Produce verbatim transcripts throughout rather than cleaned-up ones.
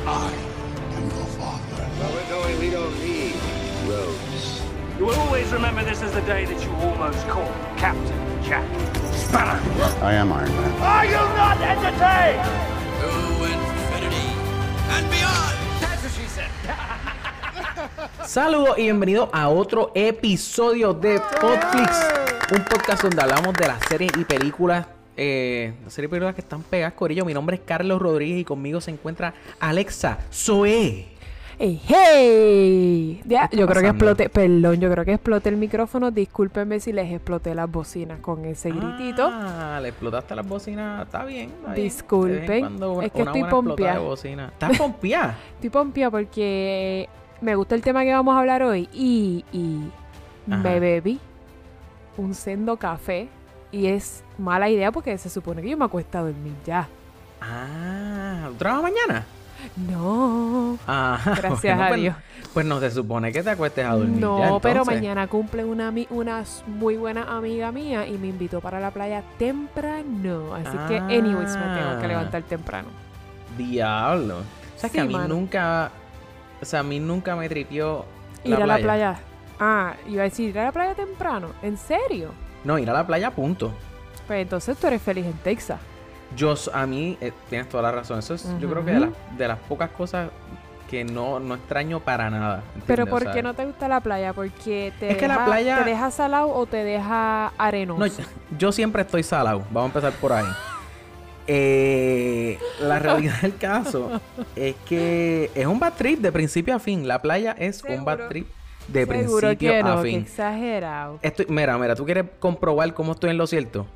I am your father. Well, we're going. We don't need roads. You will always remember this as the day that you almost caught Captain Jack Sparrow. I am Iron Man. Are you not entertained? To infinity and beyond. That's what she said. Saludos y bienvenidos a otro episodio de Podflix, un podcast donde hablamos de las series y películas, eh, las series y películas que están pegadas, corillo. Mi nombre es Carlos Rodríguez y conmigo se encuentra Alexa Zoe. ¡Hey, hey! Ya, ¿Qué está yo creo que pasando? exploté, perdón, yo creo que exploté el micrófono. Discúlpenme si les exploté las bocinas con ese gritito. Ah, le explotaste las bocinas. Está bien. Está bien. Disculpen, De vez en cuando una- es que una estoy buena explotada pompeada. de bocina. ¿Estás pompeada? Estoy pompía porque me gusta el tema que vamos a hablar hoy y, y Ajá. me bebí un sendo café y es mala idea porque se supone que yo me acuesto a dormir ya. Ah, ¿tú trabajas mañana? No, Ajá. gracias bueno, a pues- Dios. Pues no se supone que te acuestes a dormir No, ya, pero entonces. mañana cumple una, ami- una s- muy buena amiga mía y me invitó para la playa temprano. Así que, anyways, me tengo que Ah. levantar temprano. Diablo. O sea, Sí, que a mí mano. nunca... O sea, a mí nunca me tripió Ir a la playa. Ah, iba a decir, ir a la playa temprano. ¿En serio? No, ir a la playa, punto. Pues entonces tú eres feliz en Texas. Yo, s- a mí, eh, tienes toda la razón. Eso es, yo creo que de las, de las pocas cosas que no, no extraño para nada. ¿entiendes? Pero O ¿por sea, qué no te gusta la playa? ¿Porque te, Es que la deja, playa- te deja salado o te deja arenoso? No, yo siempre estoy salado. Vamos a empezar por ahí. Eh, la realidad del caso es que es un bad trip de principio a fin. La playa es un bad Seguro. trip de Seguro principio que a no, qué fin. exagerado. Estoy, mira, mira, tú quieres comprobar cómo estoy en lo cierto.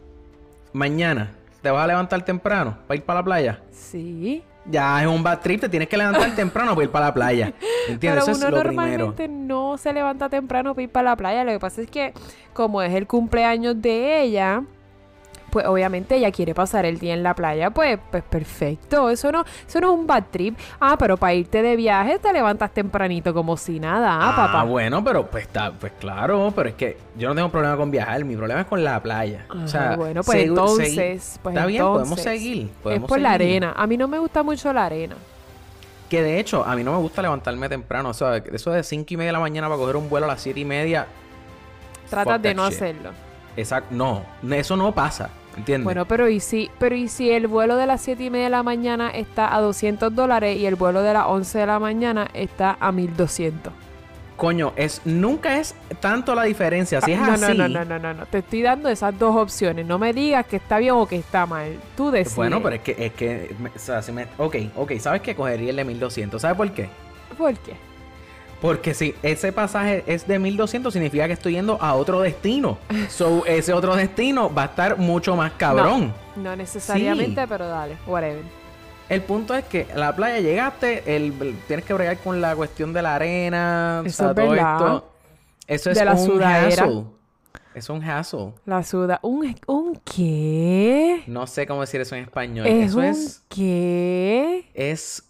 Mañana te vas a levantar temprano para ir para la playa. Sí. Ya es un bad trip, te tienes que levantar temprano para ir para la playa. ¿Entiendes? Pero Eso uno es lo primero. normalmente no se levanta temprano para ir para la playa. Lo que pasa es que, como es el cumpleaños de ella, pues obviamente ella quiere pasar el día en la playa. Pues, pues perfecto. Eso no, eso no es un bad trip. Ah, pero para irte de viaje te levantas tempranito como si nada, ah, Ah, papá. bueno, pero pues está, pues claro, pero es que yo no tengo problema con viajar, mi problema es con la playa. o sea, Ah, bueno, pues segu- entonces, segui- pues está bien, entonces, podemos seguir. Es podemos por la seguir. arena. A mí no me gusta mucho la arena. Que de hecho, a mí no me gusta levantarme temprano. O sea, eso de cinco y media de la mañana para coger un vuelo a las siete y media. Tratas fuck de that no shit. hacerlo. Exacto, no, eso no pasa, ¿entiendes? Bueno, pero ¿y si, pero ¿y si el vuelo de las siete y media de la mañana está a doscientos dólares y el vuelo de las once de la mañana está a mil doscientos? Coño, es, nunca es tanto la diferencia. Si es Ah, no, así. no, no, no, no, no. Te estoy dando esas dos opciones. No me digas que está bien o que está mal. Tú decides. Bueno, pero es que, es que, me- o sea, si me, ok, ok, ¿sabes qué? Cogería el de mil doscientos. ¿Sabes por qué? ¿Por qué? Porque si ese pasaje es de mil doscientos, significa que estoy yendo a otro destino. So, ese otro destino va a estar mucho más cabrón. No, no necesariamente, Sí. pero dale. Whatever. El punto es que a la playa llegaste, el, el- tienes que bregar con la cuestión de la arena, o Eso sea, es todo verdad. esto. Eso es De la un sudadera. hassle. Es un hassle. La suda. ¿Un, un qué? No sé cómo decir eso en español. ¿Es eso un es qué? es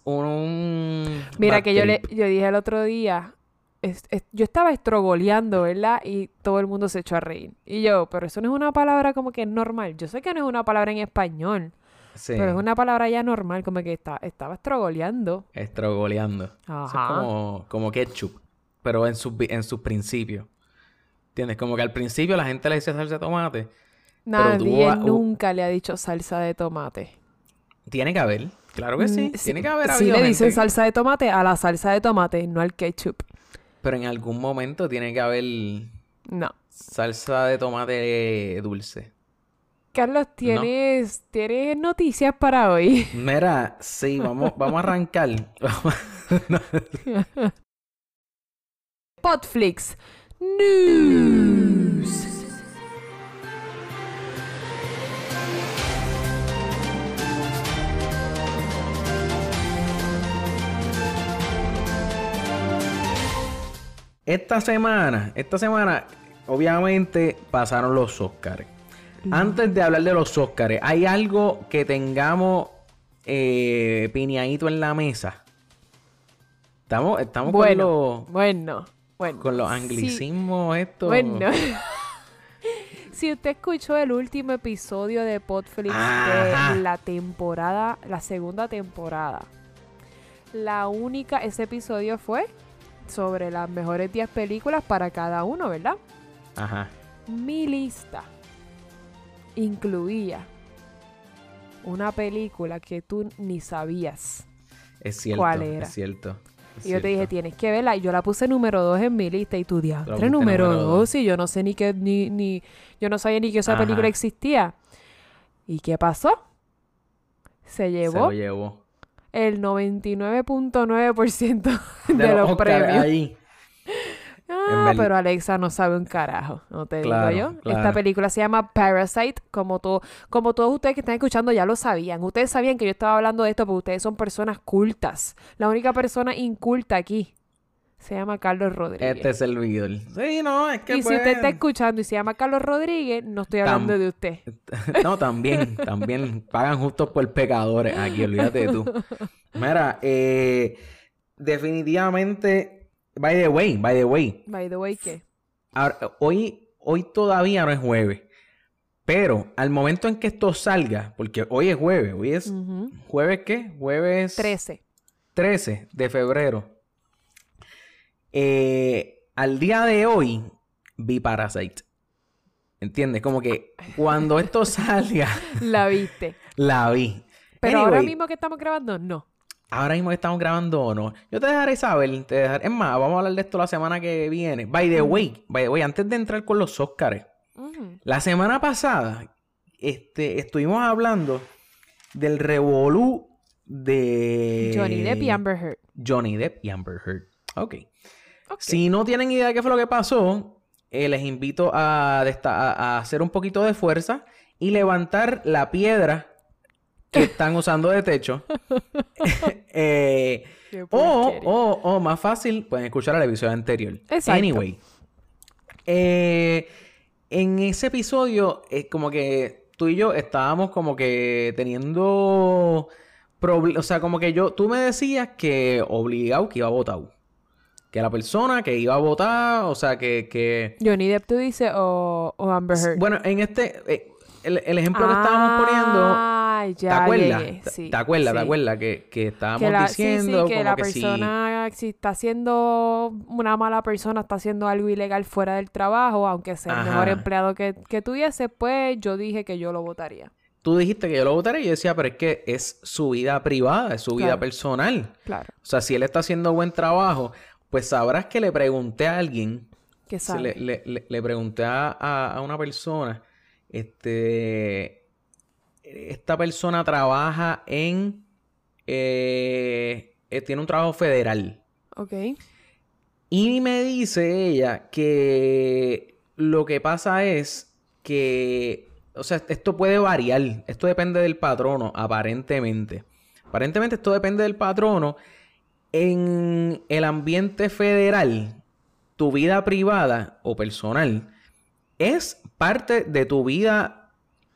un Mira bad que yo le trip. yo dije el otro día, es- es- yo estaba estrogoleando, ¿verdad? Y todo el mundo se echó a reír. Y yo, pero eso no es una palabra como que normal. Yo sé que no es una palabra en español, Sí, pero es una palabra ya normal, como que está, estaba estrogoleando. estrogoleando. Eso es Ajá. como, como ketchup, pero en sus en sus principios. ¿Entiendes? Como que al principio la gente le decía salsa de tomate. Nadie tú- nunca le ha dicho salsa de tomate. Tiene que haber, claro que sí. Mm, Tiene que haber sí habido le dicen gente que- salsa de tomate a la salsa de tomate, no al ketchup. Pero en algún momento tiene que haber No. salsa de tomate dulce. Carlos, ¿tienes, ¿tienes noticias para hoy? Mira, sí, vamos, vamos a arrancar. Podflix News. Esta semana, esta semana, obviamente pasaron los Óscares. Antes de hablar de los Óscares, ¿hay algo que tengamos eh, piñadito en la mesa? Estamos, estamos Bueno, con los, bueno, bueno. con los Sí, anglicismos estos. bueno. Si usted escuchó el último episodio de Podflix Ajá. de la temporada, la segunda temporada, la única, ese episodio fue sobre las mejores diez películas para cada uno, ¿verdad? Ajá. Mi lista incluía una película que tú ni sabías. Es cierto. ¿Cuál era? Es cierto. Es Y yo te dije, cierto. tienes que verla. Y yo la puse número dos en mi lista. Y tú, La diantre, pusiste número número dos. dos. Y yo no sé ni qué, ni, ni, yo no sabía ni que esa Ajá. película existía. ¿Y qué pasó? Se Se llevó lo llevó. el noventa y nueve punto nueve por ciento de, De los Oscar premios. ahí. Ah, verdad. pero Alexa no sabe un carajo, no te Claro, digo yo. claro. Esta película se llama Parasite, como, to- como todos ustedes que están escuchando ya lo sabían. Ustedes sabían que yo estaba hablando de esto porque ustedes son personas cultas. La única persona inculta aquí se llama Carlos Rodríguez. Este servidor. Sí, no, es que y si pues... usted está escuchando y se llama Carlos Rodríguez, no estoy hablando Tam- de usted. No, también, también pagan justos por pecadores aquí, olvídate tú. Mira, eh, definitivamente, by the way, by the way, By the way, ¿qué? ahora, hoy, hoy todavía no es jueves, pero al momento en que esto salga, porque hoy es jueves, hoy es Ujú. jueves ¿qué? Jueves trece. trece de febrero. Eh, al día de hoy vi Parasite. ¿Entiendes? Como que cuando esto salga, La viste. la vi. Pero ahora Anyway, mismo que estamos grabando, no. ahora mismo que estamos grabando o no. Yo te dejaré saber. Te dejaré... Es más, vamos a hablar de esto la semana que viene. By the way, by the way, antes de entrar con los Óscares. Ujú. La semana pasada este, estuvimos hablando del revolú de... Johnny Depp y Amber Heard. Johnny Depp y Amber Heard. Ok. Ok. Si no tienen idea de qué fue lo que pasó, eh, les invito a, desta- a, a hacer un poquito de fuerza y levantar la piedra que están usando de techo. Eh, Qué o, porquería. o, o, más fácil, pueden escuchar el episodio anterior. Exacto. Anyway. eh, en ese episodio, eh, como que tú y yo estábamos como que teniendo... proble- O sea, como que yo... Tú me decías que obligado que iba a votar. Que la persona que iba a votar, o sea, que... que... Johnny Depp, tú dices, o, o Amber Heard. Bueno, en este... eh, el, el ejemplo que estábamos poniendo... Ah, ya ¿Te acuerdas? llegué, ¿Te- sí, ¿Te acuerdas? sí. ¿Te acuerdas? Que, que estábamos Que la, sí, diciendo sí, que como la que sí. persona, si está haciendo una mala persona, está haciendo algo ilegal fuera del trabajo, aunque sea el Ajá. mejor empleado que, que tuviese, pues yo dije que yo lo votaría. Tú dijiste que yo lo votaría y yo decía, pero es que es su vida privada, es su vida Claro. personal. Claro, O sea, si él está haciendo buen trabajo, pues sabrás que le pregunté a alguien, que se sabe. le, le, le- le pregunté a, a- a una persona, este, esta persona trabaja en, eh, eh, tiene un trabajo federal. Ok. Y me dice ella que lo que pasa es que, o sea, esto puede variar. Esto depende del patrono, aparentemente. Aparentemente esto depende del patrono. En el ambiente federal, tu vida privada o personal es parte de tu vida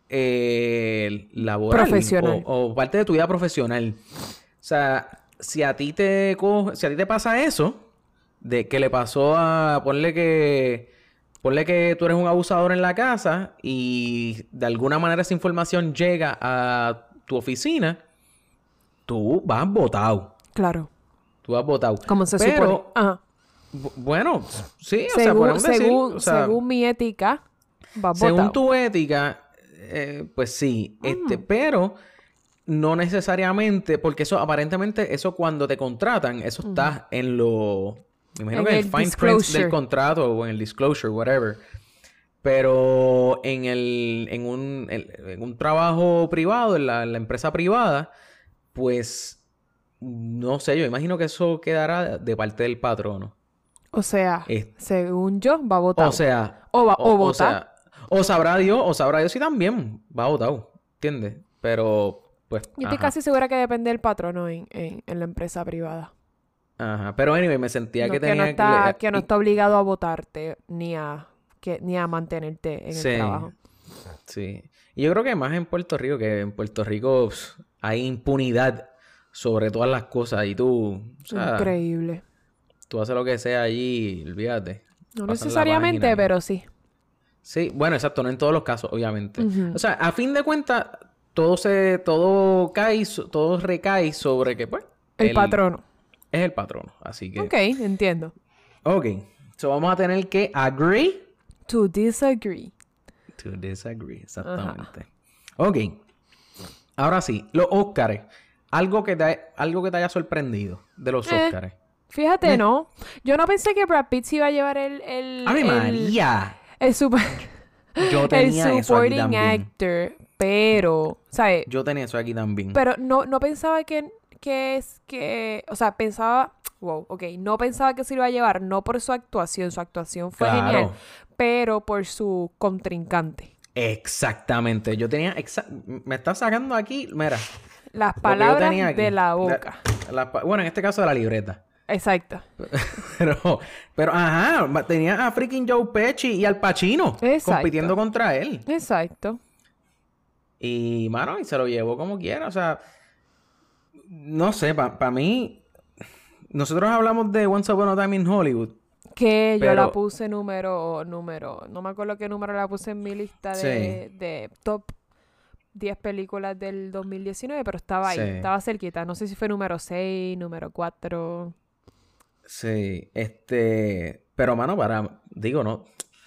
eh, laboral. Profesional. O, o parte de tu vida profesional. O sea, si a ti te coge- si a ti te pasa eso, de que le pasó a... Ponle que... Ponle que tú eres un abusador en la casa y de alguna manera esa información llega a tu oficina, tú vas votado. Claro. Tú vas votado. Como se Pero, supone. Ajá. bu- bueno, sí, o sea, Según, podemos decir, según, o sea, según mi ética, vas según votado. tu ética, eh, pues sí, Mm. este, pero no necesariamente, porque eso aparentemente, eso cuando te contratan, eso está en lo, me imagino En que en el el fine print disclosure. del contrato o en el disclosure, whatever. Pero en el, en un, en, en un trabajo privado, en la, en la empresa privada, pues no sé, yo imagino que eso quedará de parte del patrono. O sea, Es- según yo, va votado. O sea, O va- o o vota. sea, o sabrá Dios, o sabrá Dios si también va votado, ¿entiendes? Pero, pues, Yo estoy ajá. casi segura que depende del patrono en, en, en la empresa privada. Ajá. Pero anyway, me sentía No, que que, tenía no está, que... que no está obligado a votarte ni a, que, ni a mantenerte en Sí. el trabajo. Sí. Y yo creo que más en Puerto Rico, que en Puerto Rico pss, hay impunidad sobre todas las cosas y tú, o sea, Increíble. tú haces lo que sea allí, olvídate. No Pasan la necesariamente, página y- pero sí. Sí, bueno, exacto, no en todos los casos, obviamente. Ujú. O sea, a fin de cuentas, todo se, todo cae, so- todo recae sobre que, pues, El patrono. es el patrono. Así que... Ok, entiendo. Ok. So, vamos a tener que agree To disagree. to disagree. Exactamente. Ok. Ahora sí, los Óscares. Algo que te, algo que te haya sorprendido de los Eh. Óscares. Fíjate, Eh. ¿no? Yo no pensé que Brad Pitt se iba a llevar el... el ¡Ave el, María! El, super, Yo el tenía eso aquí supporting también. actor. Pero, ¿sabes? Yo tenía eso aquí también. Pero no, no pensaba que, que es que... O sea, pensaba... Wow, ok. No pensaba que se lo iba a llevar. No por su actuación. Su actuación fue Claro. genial. Pero por su contrincante. Exactamente. Yo tenía... exa- Me está sacando aquí... Mira. Las lo que yo palabras tenía aquí. de la boca. La- la pa- bueno, en este caso de la libreta. Exacto. Pero... Pero, ajá. ma- Tenía a freaking Joe Pesci y al Pacino. Exacto. Compitiendo contra él. Exacto. Y, mano, y se lo llevó como quiera. O sea... No sé. Para mí... Nosotros hablamos de Once Upon a Time in Hollywood. Que yo Pero- la puse número, número, no me acuerdo qué número la puse en mi lista de, de top diez películas del dos mil diecinueve, pero estaba ahí, Sí. estaba cerquita. No sé si fue número seis, número cuatro. Sí, este... Pero, mano, para... Digo, no...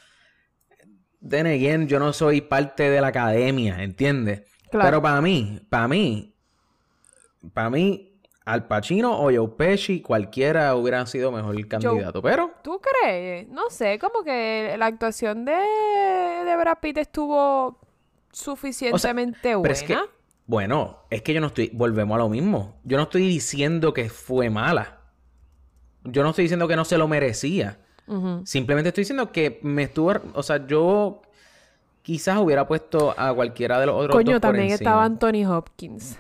Then again, yo no soy parte de la academia, ¿entiendes? Claro. Pero para mí, para mí... Para mí, Al Pacino o Joe Pesci, cualquiera hubiera sido mejor candidato. Pero... ¿Tú crees? No sé, como que la actuación de, de Brad Pitt estuvo suficientemente buena. Pero es que... Bueno, es que yo no estoy... Volvemos a lo mismo. Yo no estoy diciendo que fue mala. Yo no estoy diciendo que no se lo merecía. Ujú. Simplemente estoy diciendo que me estuvo... O sea, yo quizás hubiera puesto a cualquiera de los otros Coño, dos por también encima. estaba Anthony Hopkins.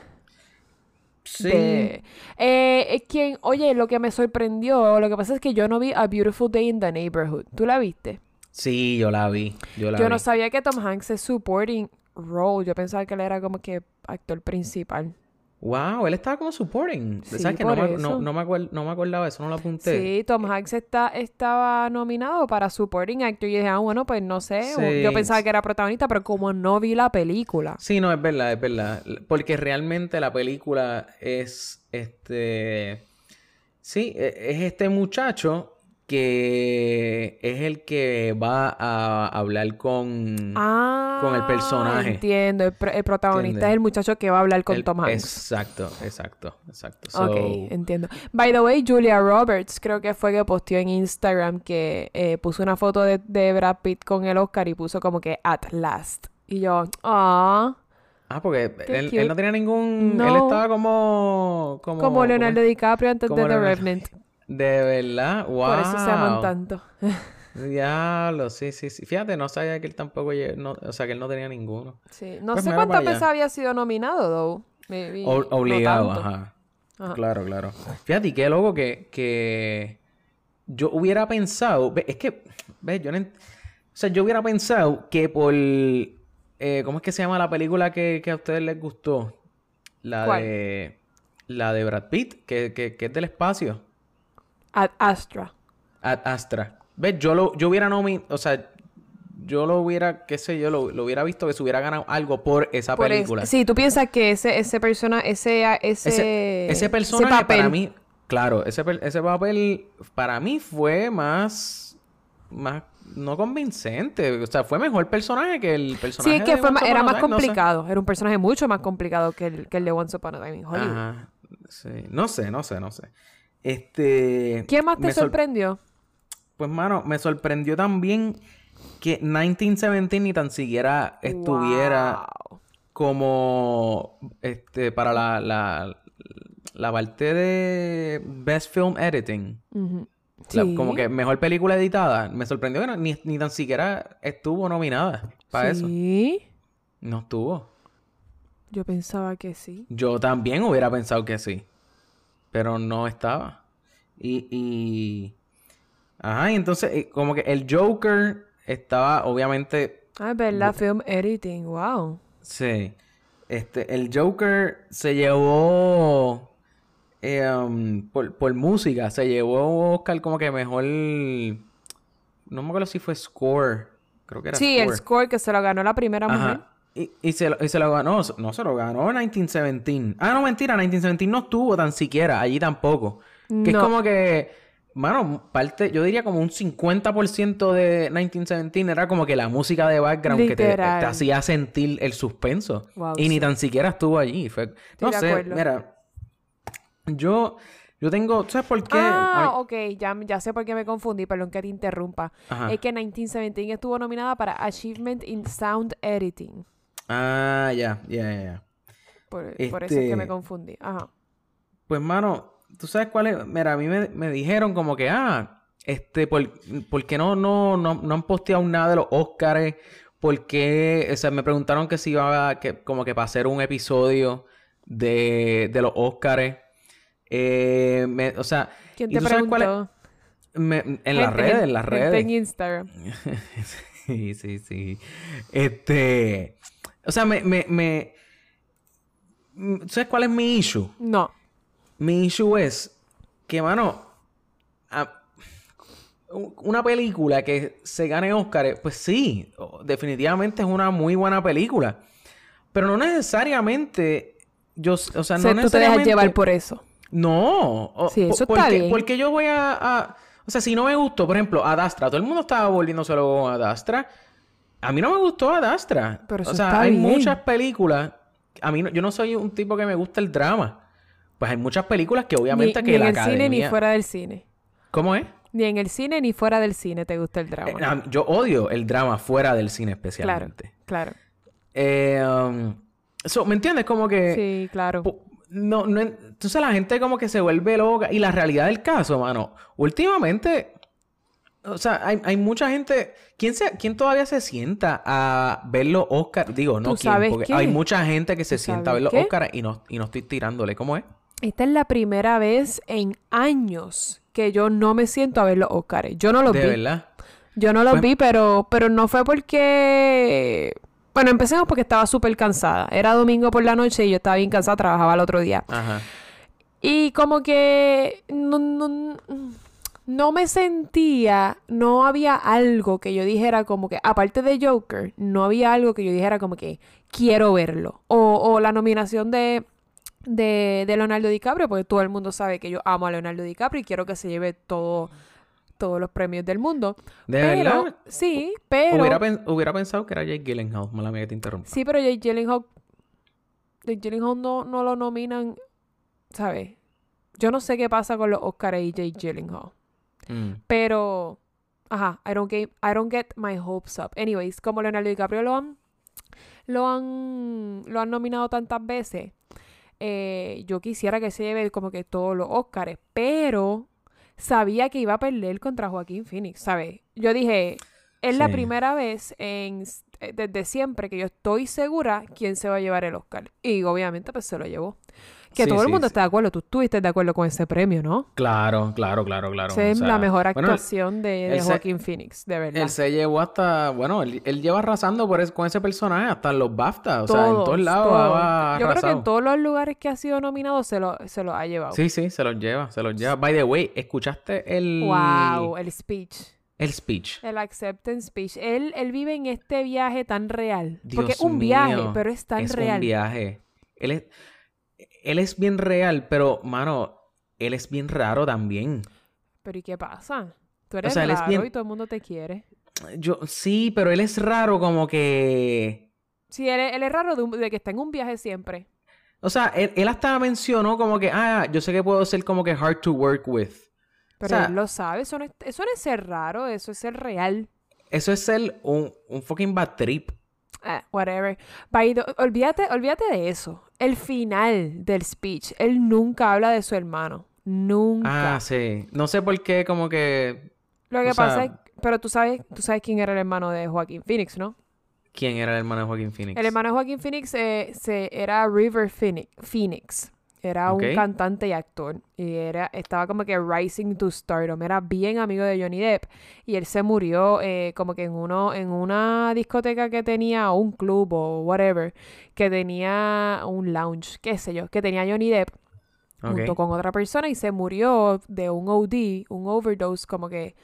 Sí. de- eh, es quien, oye, lo que me sorprendió, lo que pasa es que yo no vi A Beautiful Day in the Neighborhood. ¿Tú la viste? Sí, yo la vi. Yo la Yo vi. no sabía que Tom Hanks es supporting role. Yo pensaba que él era como que actor principal. Wow, él estaba como supporting. Sí, ¿Sabes que por no me, eso. no, no me acuer- no me acordaba de eso? No lo apunté. Sí, Tom Hanks está, estaba nominado para supporting actor. Y dije, ah, bueno, pues no sé. Sí. Yo pensaba que era protagonista, pero como no vi la película. Sí, no, es verdad, es verdad. Porque realmente la película es este... Sí, e- es este muchacho que es el que va a hablar con... Ah, con el personaje. Entiendo. El, pr- el protagonista ¿Entiendes? es el muchacho que va a hablar con el- Tom Hanks. Exacto, exacto, exacto. So, Ok, entiendo. By the way, Julia Roberts creo que fue que posteó en Instagram que eh, puso una foto de, de Brad Pitt con el Oscar y puso como que at last. Y yo, ah, Ah, porque Qué él, cute. él no tenía ningún... No. Él estaba como... Como, como Leonardo como- DiCaprio antes como de The Leonardo- Revenant. De verdad, wow. Por eso se aman tanto. Diablo, sí, sí, sí. Fíjate, no sabía que él tampoco... lle- No, o sea, que él no tenía ninguno. Sí. No Pues sé mira cuántas para veces allá. había sido nominado, though. Maybe O- no obligado, tanto. ajá. Ajá. Claro, claro. Fíjate, y qué loco que... que yo hubiera pensado... ve, Es que... ¿Ves? Yo no... ent- O sea, yo hubiera pensado que por... eh, ¿cómo es que se llama la película que, que a ustedes les gustó? La ¿Cuál? de... La de Brad Pitt, que, que, que es del espacio. Ad Astra. Ad Astra. ¿Ves? Yo lo... Yo hubiera nominado... O sea... Yo lo hubiera... Qué sé yo... Lo, lo hubiera visto que se hubiera ganado algo por esa Por película. eso- sí, tú piensas que ese, ese persona, ese, ese, Ese, ese personaje papel, para mí... Claro, ese, per- ese papel para mí fue más... Más... No convincente. O sea, fue mejor personaje que el personaje Sí, es que de fue Once ma- era Upon a más Time, no sé. complicado. Era un personaje mucho más complicado que el, que el de Once Upon a Time in Hollywood. Ajá. Sí. No sé, no sé, no sé. Este... ¿Quién más te me sor- sorprendió? Pues, mano, me sorprendió también que diecinueve diecisiete ni tan siquiera estuviera Wow. como... Este... Para la... La, la parte de Best Film Editing. Ujú. La- Sí. como que mejor película editada. Me sorprendió que no- ni, ni tan siquiera estuvo nominada para eso. Sí. No estuvo. Yo pensaba que sí. Yo también hubiera pensado que sí. Pero no estaba. Y... y... Ajá, y entonces eh, como que el Joker estaba obviamente... Ah, es verdad, film editing. Wow. Sí. Este, el Joker se llevó... eh, um, por, por música, se llevó Oscar como que mejor... No me acuerdo si fue score. Creo que era Sí, score. el score que se lo ganó la primera mujer. Ajá. Y, y, se lo, y se lo ganó, no, se lo ganó diecinueve diecisiete. Ah, no, mentira, diecinueve diecisiete no estuvo tan siquiera, allí tampoco. Que es No. como que, mano, parte, yo diría como un cincuenta por ciento de mil novecientos diecisiete era como que la música de background que te, Literal. te hacía sentir el suspenso. Wow, y ni sí. tan siquiera estuvo allí. Fue, no de sé, acuerdo. mira, yo, yo tengo, ¿sabes por qué? Ah, Ay, ok, ya, ya sé por qué me confundí, perdón que te interrumpa. Ajá. Es que mil novecientos diecisiete estuvo nominada para Achievement in Sound Editing. Ah, ya, ya, ya, ya. Por, por eso es que me Este- confundí. Ajá. Pues, mano, ¿tú sabes cuál es? Mira, a mí me, me dijeron como que, ah, este, ¿por, por qué no, no, no, no han posteado nada de los Óscares? ¿Por qué? O sea, me preguntaron que si iba a, que, como que para hacer un episodio de, de los Óscares. Eh, me- o sea, ¿Quién ¿y te tú sabes cuál es? preguntó? Me- en las Gente- redes, en las gente redes. en Instagram. Sí, sí, sí. Este, o sea, me, me, me, ¿sabes cuál es mi issue? No. Mi issue es que, mano, a- una película que se gane Oscar, pues sí, definitivamente es una muy buena película. Pero no necesariamente, yo, o sea, O sea, no tú te dejas necesariamente... llevar por eso. No. o- Sí, eso por- está porque, bien. porque yo voy a, a- O sea, si no me gustó, por ejemplo, Ad Astra. Todo el mundo estaba volviéndose loco con Ad Astra. A mí no me gustó Ad Astra. Pero o eso sea, está hay bien. muchas películas... A mí no- yo no soy un tipo que me gusta el drama. Pues hay muchas películas que obviamente ni, que ni la en el cine ni academia... fuera del cine. ¿Cómo es? Ni en el cine ni fuera del cine te gusta el drama. Eh, a- yo odio el drama fuera del cine claro, especialmente. claro. Eh, um, so, ¿me entiendes? Como que... Sí, claro. po- No, no, en- entonces la gente como que se vuelve loca. Y la realidad del caso, mano, últimamente, o sea, hay, hay mucha gente. ¿Quién, se, ¿Quién todavía se sienta a ver los Oscars? Digo, no ¿Tú quién, sabes porque qué? hay mucha gente que se ¿Tú sienta a ver sabes los qué? Oscars y no, y no estoy tirándole. ¿Cómo es? Esta es la primera vez en años que yo no me siento a ver los Oscars. Yo no los De vi. verdad. Yo no los Pues- vi, pero, pero no fue porque... Bueno, empecemos porque estaba súper cansada. Era domingo por la noche y yo estaba bien cansada, trabajaba el otro día. Ajá. Y como que no, no, no me sentía, no había algo que yo dijera como que, aparte de Joker, no había algo que yo dijera como que quiero verlo. O, o la nominación de, de, de Leonardo DiCaprio, porque todo el mundo sabe que yo amo a Leonardo DiCaprio y quiero que se lleve todo, todos los premios del mundo. ¿De pero, verdad? Sí, pero... Hubiera, pen- hubiera pensado que era Jake Gyllenhaal. Mala mía que te interrumpa. Sí, pero Jake Gyllenhaal, Jake Gyllenhaal no, no lo nominan, ¿sabes? Yo no sé qué pasa con los Oscars y Jake Gyllenhaal. Mm. Pero, ajá, I don't get, I don't get my hopes up. Anyways, como Leonardo DiCaprio lo han, lo han, lo han nominado tantas veces, eh, yo quisiera que se lleve como que todos los Oscars, pero sabía que iba a perder contra Joaquín Phoenix, ¿sabes? Yo dije, es la Sí. primera vez en, desde siempre que yo estoy segura quién se va a llevar el Oscar. Y obviamente pues se lo llevó. Que Sí, todo el sí, mundo sí. está de acuerdo. Tú estuviste de acuerdo con ese premio, ¿no? Claro, claro, claro, claro. Esa es O sea, la mejor bueno, actuación de, de él se- Joaquín Phoenix, de verdad. Él se llevó hasta... Bueno, él, él lleva arrasando por es- con ese personaje hasta en los BAFTA. O sea, en todos lados todos. ha Yo creo que arrasado. en todos los lugares que ha sido nominado se lo, se lo ha llevado. Sí, sí, se los lleva, se los lleva. By the way, ¿escuchaste el... Wow, el speech. el speech? El acceptance speech. Él, él vive en este viaje tan real. Dios Porque es un viaje, mío, pero es tan es real. un viaje. Él es... Él es bien real, pero, mano, él es bien raro también. Pero ¿y qué pasa? Tú eres sea, él es raro bien- y todo el mundo te quiere. Yo, sí, pero él es raro como que... Sí, él, es- él es raro de, un- de que está en un viaje siempre. O sea, él, él hasta mencionó como que, ah, yo sé que puedo ser como que hard to work with. Pero sea- él lo sabe. Eso no, es, eso no es ser raro, eso es ser real. Eso es ser un, un fucking bad trip. Ah, whatever. By the- olvídate, olvídate de eso. El final del speech, él nunca habla de su hermano. Nunca. Ah, sí. No sé por qué como que... Lo que o pasa sea- es, pero tú sabes, tú sabes quién era el hermano de Joaquín Phoenix, ¿no? ¿Quién era el hermano de Joaquín Phoenix? El hermano de Joaquín Phoenix eh, se, era River Phoenix. Phoenix. Era Ok. un cantante y actor. Y era, estaba como que rising to stardom. Era bien amigo de Johnny Depp. Y él se murió eh, como que en uno, en una discoteca que tenía, o un club o whatever, que tenía un lounge, qué sé yo, que tenía Johnny Depp Ok. junto con otra persona y se murió de un O D, un overdose, como que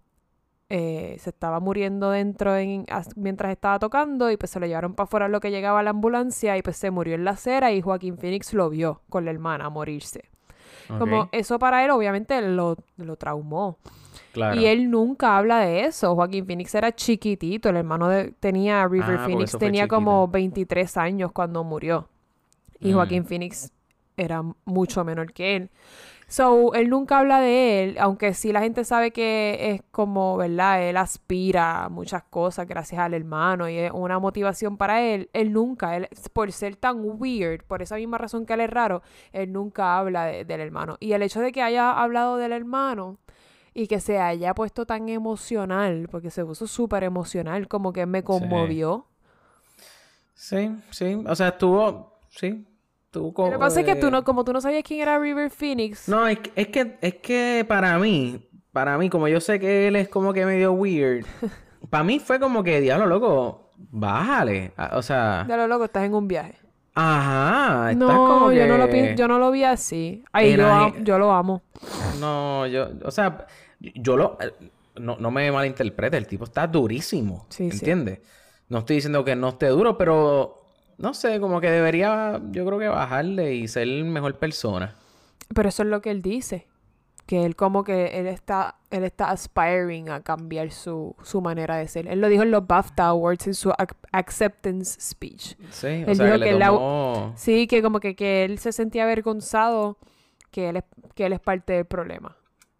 eh, se estaba muriendo dentro en- as- mientras estaba tocando y pues se lo llevaron para afuera lo que llegaba a la ambulancia y pues se murió en la acera y Joaquín Phoenix lo vio con la hermana morirse. Como Ok. eso para él obviamente lo, lo traumó. Claro. Y él nunca habla de eso. Joaquín Phoenix era chiquitito. El hermano de, tenía, River Ah, porque Phoenix eso fue tenía chiquito. como veintitrés años cuando murió. Y Mm. Joaquín Phoenix era mucho menor que él. So, él nunca habla de él, aunque sí la gente sabe que es como, ¿verdad? Él aspira a muchas cosas gracias al hermano y es una motivación para él. Él nunca, él, por ser tan weird, por esa misma razón que él es raro, él nunca habla de- del hermano. Y el hecho de que haya hablado del hermano y que se haya puesto tan emocional, porque se puso súper emocional, como que me conmovió. Sí, sí. O sea, estuvo... Sí. Estuvo co- Lo que pasa es que tú eh, no, como tú no sabías quién era River Phoenix. No, es que, es que, es que para mí, para mí, como yo sé que él es como que medio weird, para mí fue como que, diablo, loco, bájale. Ah, O sea, De lo loco, estás en un viaje. ajá, estás No, como que... yo no lo pi- yo no lo vi así. Ay, yo, Era- am- yo lo amo. No, yo, o sea, yo lo... No, no me malinterprete, el tipo está durísimo, Sí, sí. ¿entiendes? No estoy diciendo que no esté duro, pero... No sé, como que debería, yo creo que bajarle y ser mejor persona. Pero eso es lo que él dice. Que él como que él está, él está aspiring a cambiar su, su manera de ser. Él lo dijo en los BAFTA Awards en su ac- acceptance speech. Sí, o Él sea, dijo que que le la- tomó... Sí, que como que, que él se sentía avergonzado que él es, que él es parte del problema.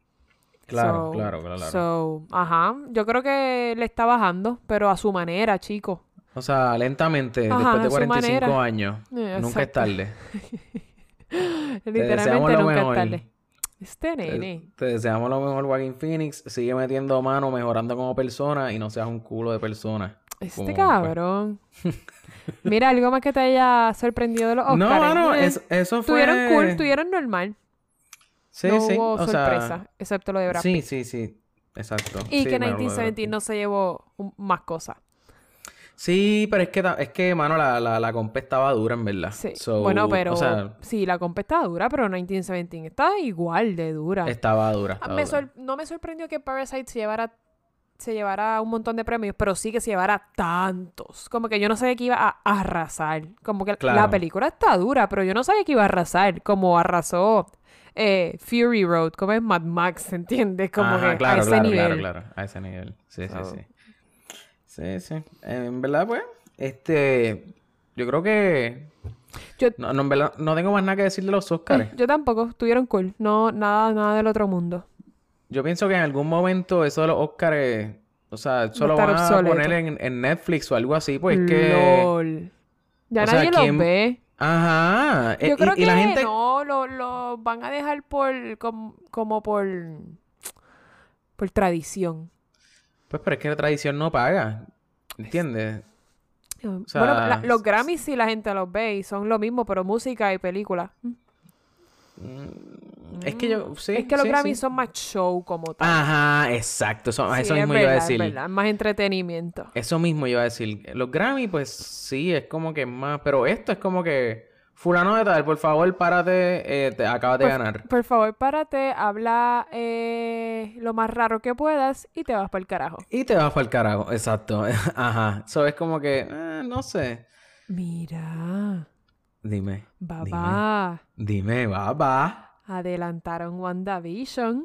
Claro, So- claro, claro. So, ajá. Yo creo que le está bajando, pero a su manera, chico. O sea, lentamente, Ajá, después a de su cuarenta y cinco manera. años. Eh, Nunca es exacto. tarde. deseamos Literalmente lo nunca es mejor. tarde. Este Te, nene. te deseamos lo mejor, Joaquín Phoenix. Sigue metiendo mano, mejorando como persona y no seas un culo de persona. Este Como, cabrón. Mira, algo más que te haya sorprendido de los pues. No, Oscars. mano, Eh, es- eso fue... Tuvieron cool, tuvieron normal. Sí, no sí. hubo o sea, sorpresa, excepto lo de Brad sí, Pitt. sí, sí. Exacto. Y Sí, que bueno, lo de Brad diecinueve diecisiete Pitt. no se llevó un- más cosas. Sí, pero es que, ta- es que mano, la, la, la compa estaba dura, en verdad. Sí. So, bueno, pero O sea, sí, la compa está dura, pero diecinueve diecisiete está igual de dura. estaba dura. Ah, estaba me dura. sor- no me sorprendió que Parasite se llevara, se llevara un montón de premios, pero sí que se llevara tantos. Como que yo no sabía que iba a arrasar. Como que Claro. la película está dura, pero yo no sabía que iba a arrasar. Como arrasó eh, Fury Road, como es Mad Max, ¿entiendes? Como Ajá, que claro, a ese claro, nivel. Claro, claro, a ese nivel. Sí, So. sí, sí. Sí, sí. En verdad, pues, este... Yo creo que... Yo, No, no, en verdad, no tengo más nada que decir de los Oscars. eh, yo tampoco, estuvieron cool. No, nada, nada del otro mundo. Yo pienso que en algún momento eso de los Oscars... O sea, eso Va a lo estar van a obsoleto. poner en, en Netflix o algo así, pues que... LOL. Ya o sea, nadie ¿quién- los ve. Ajá. Yo Eh, creo y, y que la gente... no, lo, lo van a dejar por com- como por por tradición. Pues, pero es que la tradición no paga. ¿Entiendes? bueno, sea, la- los Grammys sí la gente los ve y son lo mismo, pero música y película. Es que yo... Sí, es que los sí, Grammys sí. son más show como tal. Ajá, exacto. Eso, Sí, eso es mismo verdad, iba a es decir. verdad, más entretenimiento. Eso mismo iba a decir. Los Grammy, pues sí, es como que más. Pero esto es como que. Fulano de tal, por favor, párate. Eh, te acabas de Por, ganar. por favor, párate, habla eh, lo más raro que puedas y te vas para el carajo. Y te vas para el carajo. Exacto. Ajá. Eso es como que. eh, no sé. Mira, Dime. babá, Dime, va, va. adelantaron WandaVision.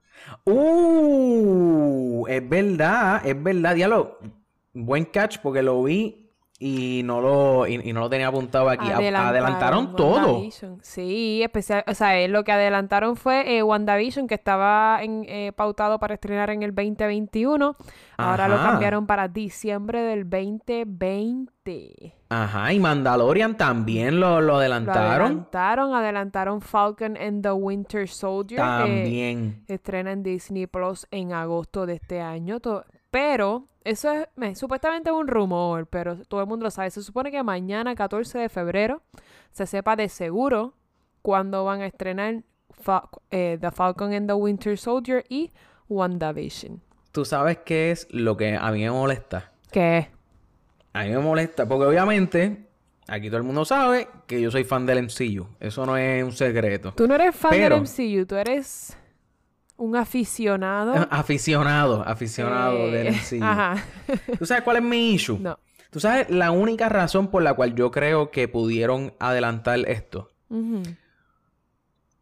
Uh, es verdad, es verdad. Diablo, buen catch porque lo vi y no lo, y, y no lo tenía apuntado aquí. A- adelantaron todo. WandaVision. Sí, especial, o sea, eh, lo que adelantaron fue eh, WandaVision, que estaba en, eh, pautado para estrenar en el veinte veintiuno. Ahora lo Ajá. cambiaron para diciembre del veinte veinte. Ajá, y Mandalorian también lo, lo Lo adelantaron. adelantaron, adelantaron Falcon and the Winter Soldier. eh, También. estrena en Disney Plus en agosto de este año. To- pero, eso es me- supuestamente un rumor, pero todo el mundo lo sabe. Se supone que mañana, catorce de febrero, se sepa de seguro cuándo van a estrenar Fa- eh, The Falcon and the Winter Soldier y WandaVision. ¿Tú sabes qué es lo que a mí me molesta? ¿Qué? A mí me molesta porque obviamente aquí todo el mundo sabe que yo soy fan del M C U. Eso no es un secreto. Tú no eres fan Pero- del M C U, tú eres un aficionado. Aficionado, aficionado eh, del M C U. Ajá. ¿Tú sabes cuál es mi issue? No. ¿Tú sabes la única razón por la cual yo creo que pudieron adelantar esto? Ujú.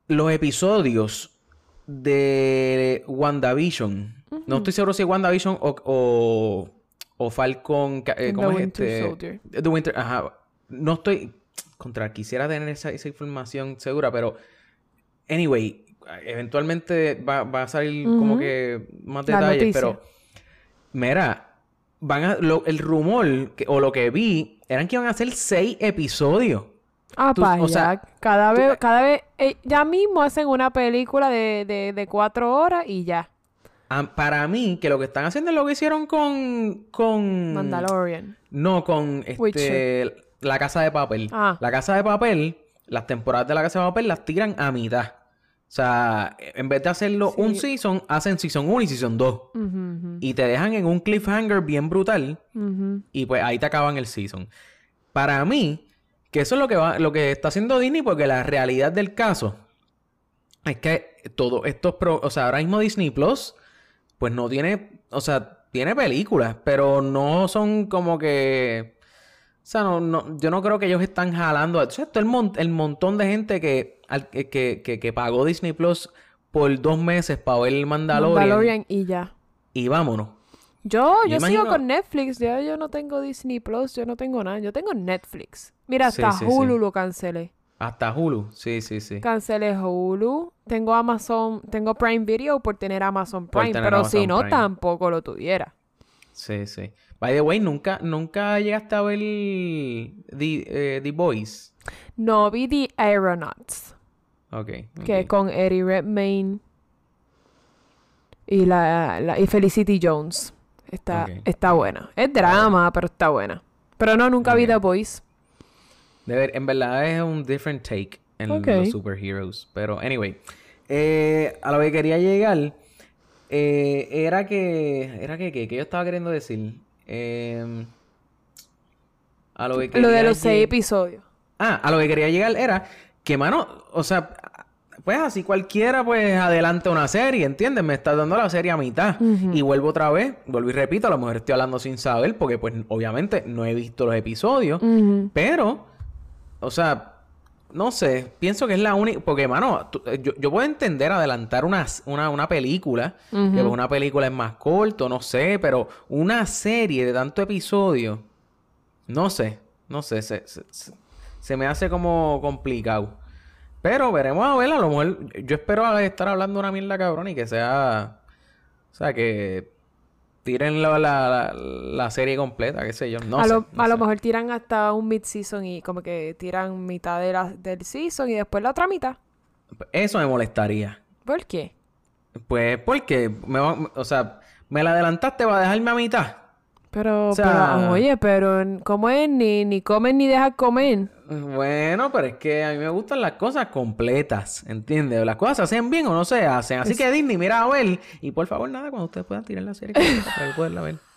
los episodios de WandaVision. Uh-huh. No estoy seguro si es WandaVision o, o, o Falcon... Eh, ¿Cómo The es Winter este? Soldier. The Winter... Ajá. No estoy... Contra, quisiera tener esa, esa información segura, pero... Anyway, eventualmente va, va a salir uh-huh. como que más detalles, pero... Mira, van a... Lo, el rumor, que, o lo que vi, eran que iban a hacer seis episodios. Ah, Tú, para o sea, cada tú- vez, cada vez, eh, ya mismo hacen una película de, de, de cuatro horas y ya. Ah, para mí, que lo que están haciendo es lo que hicieron con... con... Mandalorian. No, con este... Witcher. La Casa de Papel. Ah. La Casa de Papel, las temporadas de La Casa de Papel las tiran a mitad. O sea, en vez de hacerlo Sí. un season, hacen season uno y season dos. Ujú, ujú, Y te dejan en un cliffhanger bien brutal. ujú. Y pues ahí te acaban el season. Para mí, que eso es lo que va, lo que está haciendo Disney, porque la realidad del caso es que todos estos pro, o sea, ahora mismo Disney Plus, pues no tiene, o sea, tiene películas, pero no son como que, o sea, no, no, yo no creo que ellos están jalando, o sea, todo el, mon- el montón de gente que, al- que, que, que, que pagó Disney Plus por dos meses para ver el Mandalorian, Mandalorian y ya. y vámonos. Yo, Yo yo imagino- sigo con Netflix. Ya yo no tengo Disney Plus, yo no tengo nada. Yo tengo Netflix. Mira, Sí, hasta sí, Hulu sí. lo cancelé. Hasta Hulu, sí, sí, sí. Cancelé Hulu. Tengo Amazon, tengo Prime Video por tener Amazon Por Prime. tener Pero si Amazon no, Prime. tampoco lo tuviera. Sí, sí. By the way, nunca, nunca llegaste a ver The, eh, The Boys. No vi The Aeronauts. Ok. Que ok. con Eddie Redmayne y la, la y Felicity Jones. Está, Ok. está buena. Es drama, pero está buena. Pero no, nunca vi Ok. The Boys. De ver, en verdad es un different take en Ok. los superheroes. Pero, anyway. Eh, a lo que quería llegar eh, era que... ¿Era que qué? ¿Qué yo estaba queriendo decir? Eh, a lo que quería Lo de los lleg- seis episodios. Ah, a lo que quería llegar era que, mano, o sea, pues así cualquiera pues adelanta una serie, ¿entiendes? Me estás dando la serie a mitad. Ujú. Y vuelvo otra vez, vuelvo y repito, a lo mejor estoy hablando sin saber porque pues obviamente no he visto los episodios, Ujú. pero, o sea, no sé, pienso que es la única, porque, mano, tú- yo, yo puedo entender adelantar una, una, una película, Ujú. que pues, una película es más corto, no sé, pero una serie de tanto episodio, no sé, no sé, se, se, se- se me hace como complicado. Pero veremos a ver, a lo mejor yo espero estar hablando una mierda cabrón y que sea, o sea, que tiren la, la, la, la serie completa, qué sé yo, no a sé, lo, no a lo sé. mejor tiran hasta un mid-season y como que tiran mitad de la, del season y después la otra mitad. Eso me molestaría. ¿Por qué? Pues porque, me va- o sea, me la adelantaste para dejarme a mitad. Pero, O sea- pero, oye, pero ¿cómo es? Ni, ni comen ni dejan comer. Bueno, pero es que a mí me gustan las cosas completas, ¿entiendes? Las cosas se hacen bien o no se hacen. Así Es- que Disney, mira a ver. Y por favor, nada, cuando ustedes puedan tirar la serie completa para yo poderla ver.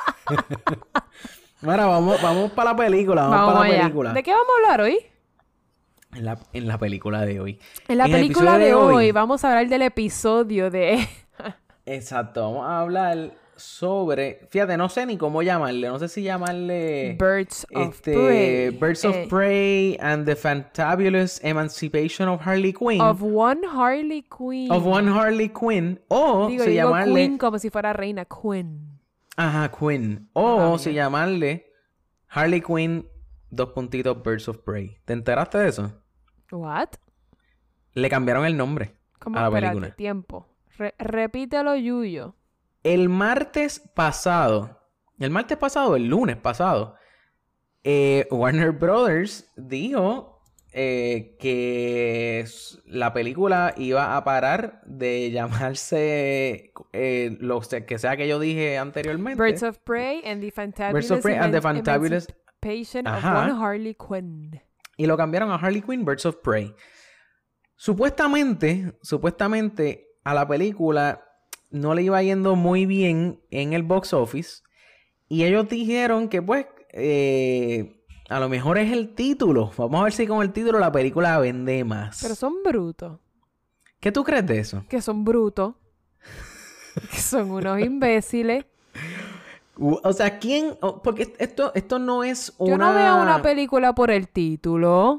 Mira, vamos, vamos para la película. Vamos, Vamos para la allá. película. ¿De qué vamos a hablar hoy? En la, en la película de hoy. En la En el película episodio de de hoy, hoy. vamos a hablar del episodio de... Exacto, vamos a hablar sobre... Fíjate, no sé ni cómo llamarle. No sé si llamarle... Birds of este, Prey. Birds of Eh, Prey and the Fantabulous Emancipation of Harley Quinn. Of One Harley Quinn. Of One Harley Quinn. O Digo, se digo llamarle... Queen como si fuera reina. Quinn. Ajá, Quinn. Mala O mía. se llamarle Harley Quinn, dos puntitos, Birds of Prey. ¿Te enteraste de eso? What? Le cambiaron el nombre ¿Cómo? a la Espérate, película. tiempo. Re- repítelo, Yuyo. El martes pasado, el martes pasado, el lunes pasado, eh, Warner Brothers dijo eh, que s- la película iba a parar de llamarse eh, lo se- que sea que yo dije anteriormente. Birds of Prey and the Fantabulous, Birds of Prey and the Eman- Fantabulous- Emancipation of Ajá. One Harley Quinn. Y lo cambiaron a Harley Quinn, Birds of Prey. Supuestamente, supuestamente a la película no le iba yendo muy bien en el box office. Y ellos dijeron que pues eh, a lo mejor es el título. Vamos a ver si con el título la película vende más. Pero son brutos. ¿Qué tú crees de eso? Que son brutos. Que son unos imbéciles. U- O sea, ¿quién? o- Porque esto, esto no es una... Yo no veo una película por el título.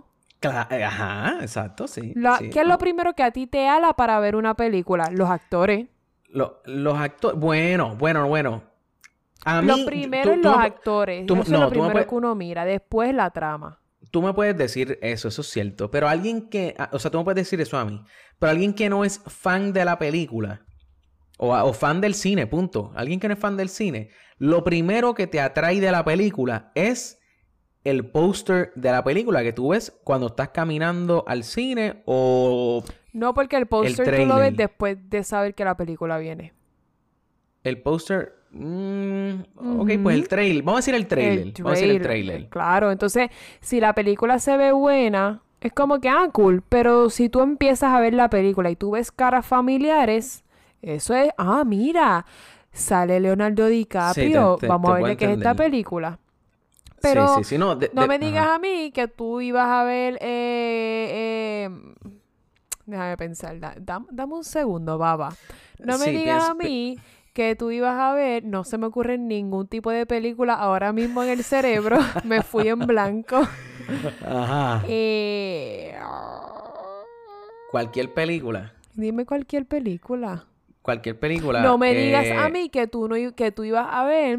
Cla- Ajá, exacto, sí. La- sí. ¿Qué es lo primero que a ti te ala para ver una película? Los actores. Lo- los actores... Bueno, bueno, bueno. A mí... Lo primero tú- es tú los me pu- actores. tú- Eso es no, lo tú me primero puedes- que uno mira. Después la trama. Tú me puedes decir eso, eso es cierto. Pero alguien que... O sea, tú me puedes decir eso a mí. Pero alguien que no es fan de la película... O, o fan del cine, punto. Alguien que no es fan del cine... Lo primero que te atrae de la película es... el póster de la película que tú ves cuando estás caminando al cine o... No, porque el póster tú lo trailer. ves después de saber que la película viene. El póster... mm, ok, pues el trailer. Vamos a decir el trailer. El Vamos a decir el trailer, trailer. Claro, entonces, si la película se ve buena, es como que, ah, cool. Pero si tú empiezas a ver la película y tú ves caras familiares, eso es, ah, mira, sale Leonardo DiCaprio. te- te- Vamos te a ver puedo de qué es esta entender. película. Pero sí, sí, sí. No, de- no de- me digas ajá. a mí que tú ibas a ver, eh, eh, déjame pensar, da- dam- dame un segundo, baba. No me Sí, digas piens- a mí que tú ibas a ver, no se me ocurre ningún tipo de película ahora mismo en el cerebro, me fui en blanco. Ajá. Eh, Cualquier película. dime cualquier película. Cualquier película. No me eh, digas a mí que tú no i- que tú ibas a ver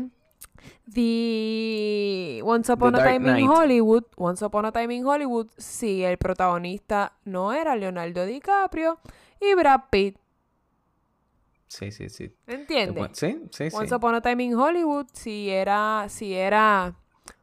The Once Upon The a Dark Time in Knight. Hollywood. Once Upon a Time in Hollywood, si el protagonista no era Leonardo DiCaprio y Brad Pitt. Sí, sí, sí. Te ¿Entiendes? pu- Sí, sí, sí. Once Upon a Time in Hollywood, si era, si era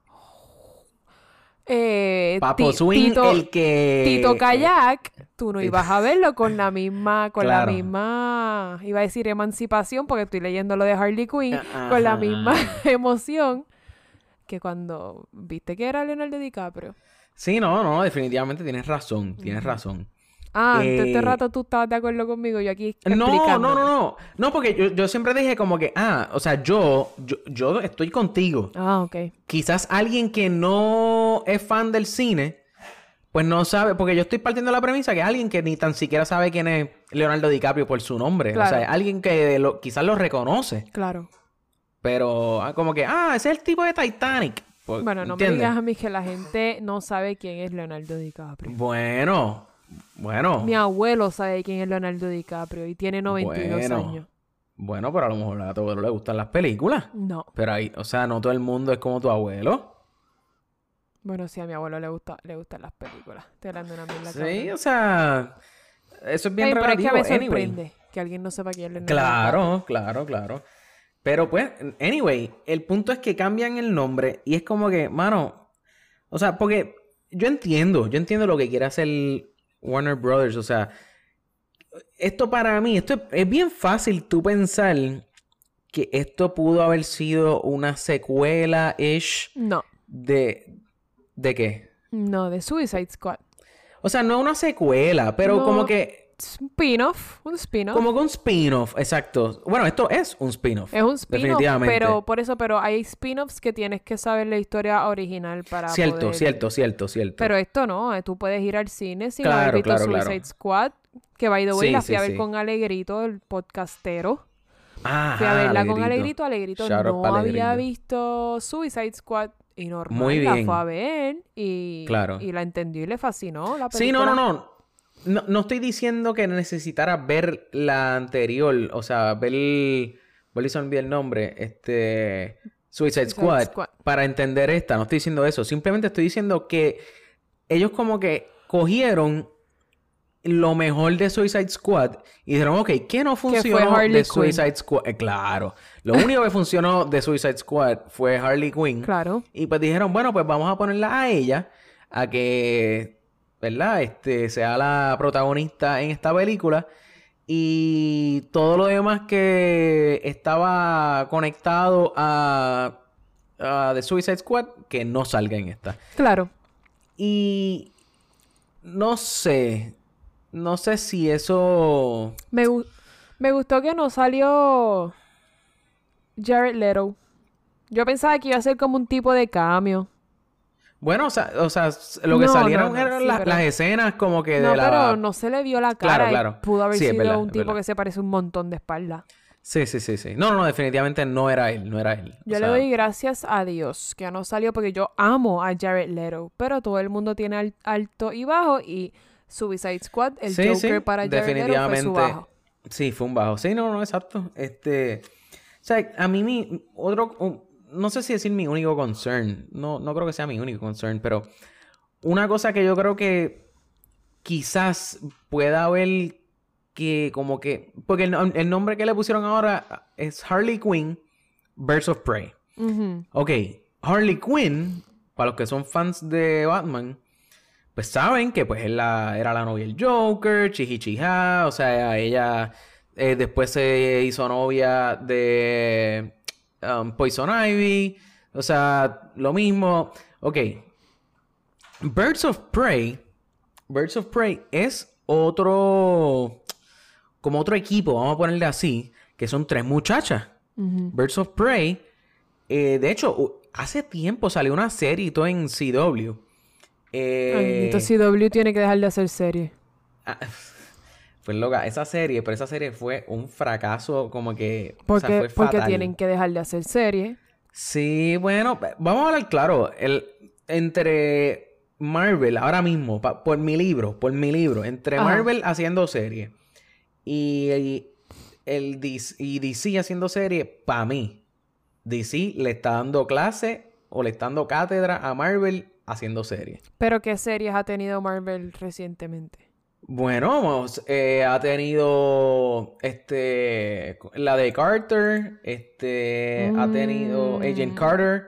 eh, Papo Ti- Swing, Tito, el que... Tito Kayak, tú no Tito- ibas a verlo con la misma, con Claro. la misma, iba a decir emancipación porque estoy leyendo lo de Harley Quinn, Ajá. con la misma emoción que cuando viste que era Leonardo DiCaprio. Sí, no, no, definitivamente tienes razón, tienes razón. Ah, antes de este Eh, rato tú estabas de acuerdo conmigo, yo aquí No, no, explicándote. no, no. No, porque yo, yo siempre dije como que, ah, o sea, yo, yo, yo estoy contigo. Ah, ok. Quizás alguien que no es fan del cine, pues no sabe, porque yo estoy partiendo de la premisa que alguien que ni tan siquiera sabe quién es Leonardo DiCaprio por su nombre. Claro. O sea, alguien que lo- quizás lo reconoce, Claro. pero ah, como que, ah, ese es el tipo de Titanic. Pues, Bueno, no me ¿entiendes? digas a mí que la gente no sabe quién es Leonardo DiCaprio. Bueno, bueno. Mi abuelo sabe quién es Leonardo DiCaprio y tiene noventa y dos Bueno. años. Bueno, pero a lo mejor a tu abuelo le gustan las películas. No. Pero ahí, o sea, no todo el mundo es como tu abuelo. Bueno, sí, a mi abuelo le gusta, le gustan las películas. Estoy hablando de una mierda. Sí, o sea, eso es bien Ay, pero es que relativo. me Anyway. sorprende que alguien no sepa quién es Leonardo DiCaprio. Claro, claro, claro. Pero pues, anyway, el punto es que cambian el nombre y es como que, mano, o sea, porque yo entiendo, yo entiendo lo que quiere hacer Warner Brothers, o sea, esto para mí, esto es, es bien fácil tú pensar que esto pudo haber sido una secuela-ish No, de... ¿De qué? no, de Suicide Squad. O sea, no una secuela, pero No. como que... Es un spin-off, un spin-off. Como que un spin-off, exacto. Bueno, esto es un spin-off. Es un spin-off, definitivamente. pero por eso, pero hay spin-offs que tienes que saber la historia original para Cierto, poder... cierto, cierto, cierto. Pero esto no, eh, tú puedes ir al cine sin Claro, haber visto claro, Suicide claro. Squad, que by the way Sí, la fui sí, a ver sí. con Alegrito, el podcastero. Ah, Fui a verla con Alegrito, Alegrito Shout out no pa' había Alegrito. visto Suicide Squad y normal Muy la bien. fue a ver y, Claro. y la entendió y le fascinó la película. Sí, no, no, no. No, no estoy diciendo que necesitara ver la anterior, o sea, ver el... Bueno, se me olvidó el nombre, este... Suicide, Suicide Squad, Squad. para entender esta. No estoy diciendo eso. Simplemente estoy diciendo que ellos como que cogieron lo mejor de Suicide Squad y dijeron, ok, ¿qué no funcionó Harley de Quinn. Suicide Squad? Eh, claro. Lo único que funcionó de Suicide Squad fue Harley Quinn. Claro. Y pues dijeron, bueno, pues vamos a ponerla a ella, a que, ¿verdad? Este, sea la protagonista en esta película. Y todo lo demás que estaba conectado a, a The Suicide Squad, que no salga en esta. Claro. Y no sé, no sé si eso... Me, gu- me gustó que no salió Jared Leto. Yo pensaba que iba a ser como un tipo de cambio. Bueno, o sea, o sea lo que No, salieron no, no, eran sí, las, pero- las escenas como que de No, la... pero no se le vio la cara. Claro, y claro. pudo haber Sí, es sido verdad, un es tipo verdad. que se parece un montón de espalda. Sí, sí, sí, sí. No, no, no, definitivamente no era él, no era él. Yo O le sea, doy gracias a Dios que no salió porque yo amo a Jared Leto, pero todo el mundo tiene al- alto y bajo y Suicide Squad, el sí, Joker sí, para Jared Leto fue definitivamente. su bajo. Sí, fue un bajo. Sí, no, no, exacto. Este, o sea, a mí mi otro, un- no sé si decir mi único concern, no, no creo que sea mi único concern, pero una cosa que yo creo que quizás pueda haber que como que, porque el, el nombre que le pusieron ahora es Harley Quinn, Birds of Prey. Ujú. Ok, Harley Quinn, para los que son fans de Batman, pues saben que pues él la- era la novia del Joker, chihichija, o sea, ella eh, después se hizo novia de um, Poison Ivy, o sea, lo mismo. Ok, Birds of Prey, Birds of Prey es otro, como otro equipo, vamos a ponerle así, que son tres muchachas. Ujú. Birds of Prey, eh, de hecho, u- hace tiempo salió una serie y todo en C W. Eh, Ay, bendito C W tiene que dejar de hacer series. ah, pues loca, esa serie, pero esa serie fue un fracaso como que... o Porque, sea, fue porque fatal. tienen que dejar de hacer series. Sí, bueno, vamos a hablar claro. El, entre Marvel, ahora mismo, pa- por mi libro, por mi libro, entre Ajá. Marvel haciendo serie y, y el D C, y D C haciendo serie, para mí, D C le está dando clase o le está dando cátedra a Marvel haciendo serie. Pero ¿qué series ha tenido Marvel recientemente? Bueno, vamos, eh, ha tenido este la de Carter, este ha tenido Mm. Agent Carter,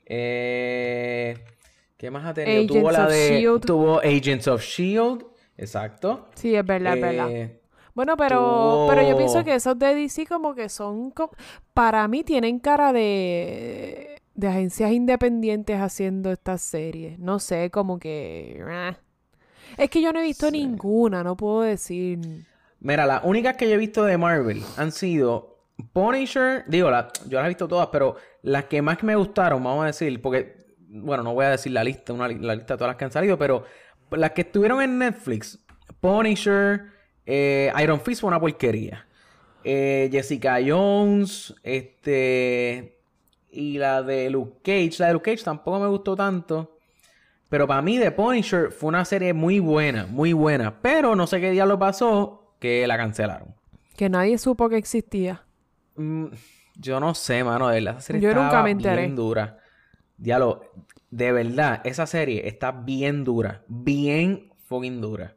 eh, ¿qué más ha tenido? Agents tuvo la of de Shield. tuvo Agents of Shield, exacto. Sí, es verdad, es verdad. Eh, Bueno, pero, tuvo- pero yo pienso que esos de D C como que son... co- Para mí tienen cara de... de agencias independientes haciendo estas series. No sé, como que... ah. Es que yo no he visto Sí. ninguna, no puedo decir... Mira, las únicas que yo he visto de Marvel han sido Punisher, digo, la- yo las he visto todas, pero las que más me gustaron, vamos a decir, porque, bueno, no voy a decir la lista, una, li- la lista de todas las que han salido, pero las que estuvieron en Netflix, Punisher, eh, Iron Fist fue una porquería, eh, Jessica Jones, este, y la de Luke Cage, la de Luke Cage tampoco me gustó tanto. Pero para mí, The Punisher fue una serie muy buena, muy buena. Pero no sé qué día lo pasó que la cancelaron. Que nadie supo que existía. Mm, yo no sé, mano. De verdad, esa serie Yo estaba nunca me enteré. bien dura. Diablo, de verdad, esa serie está bien dura. Bien fucking dura.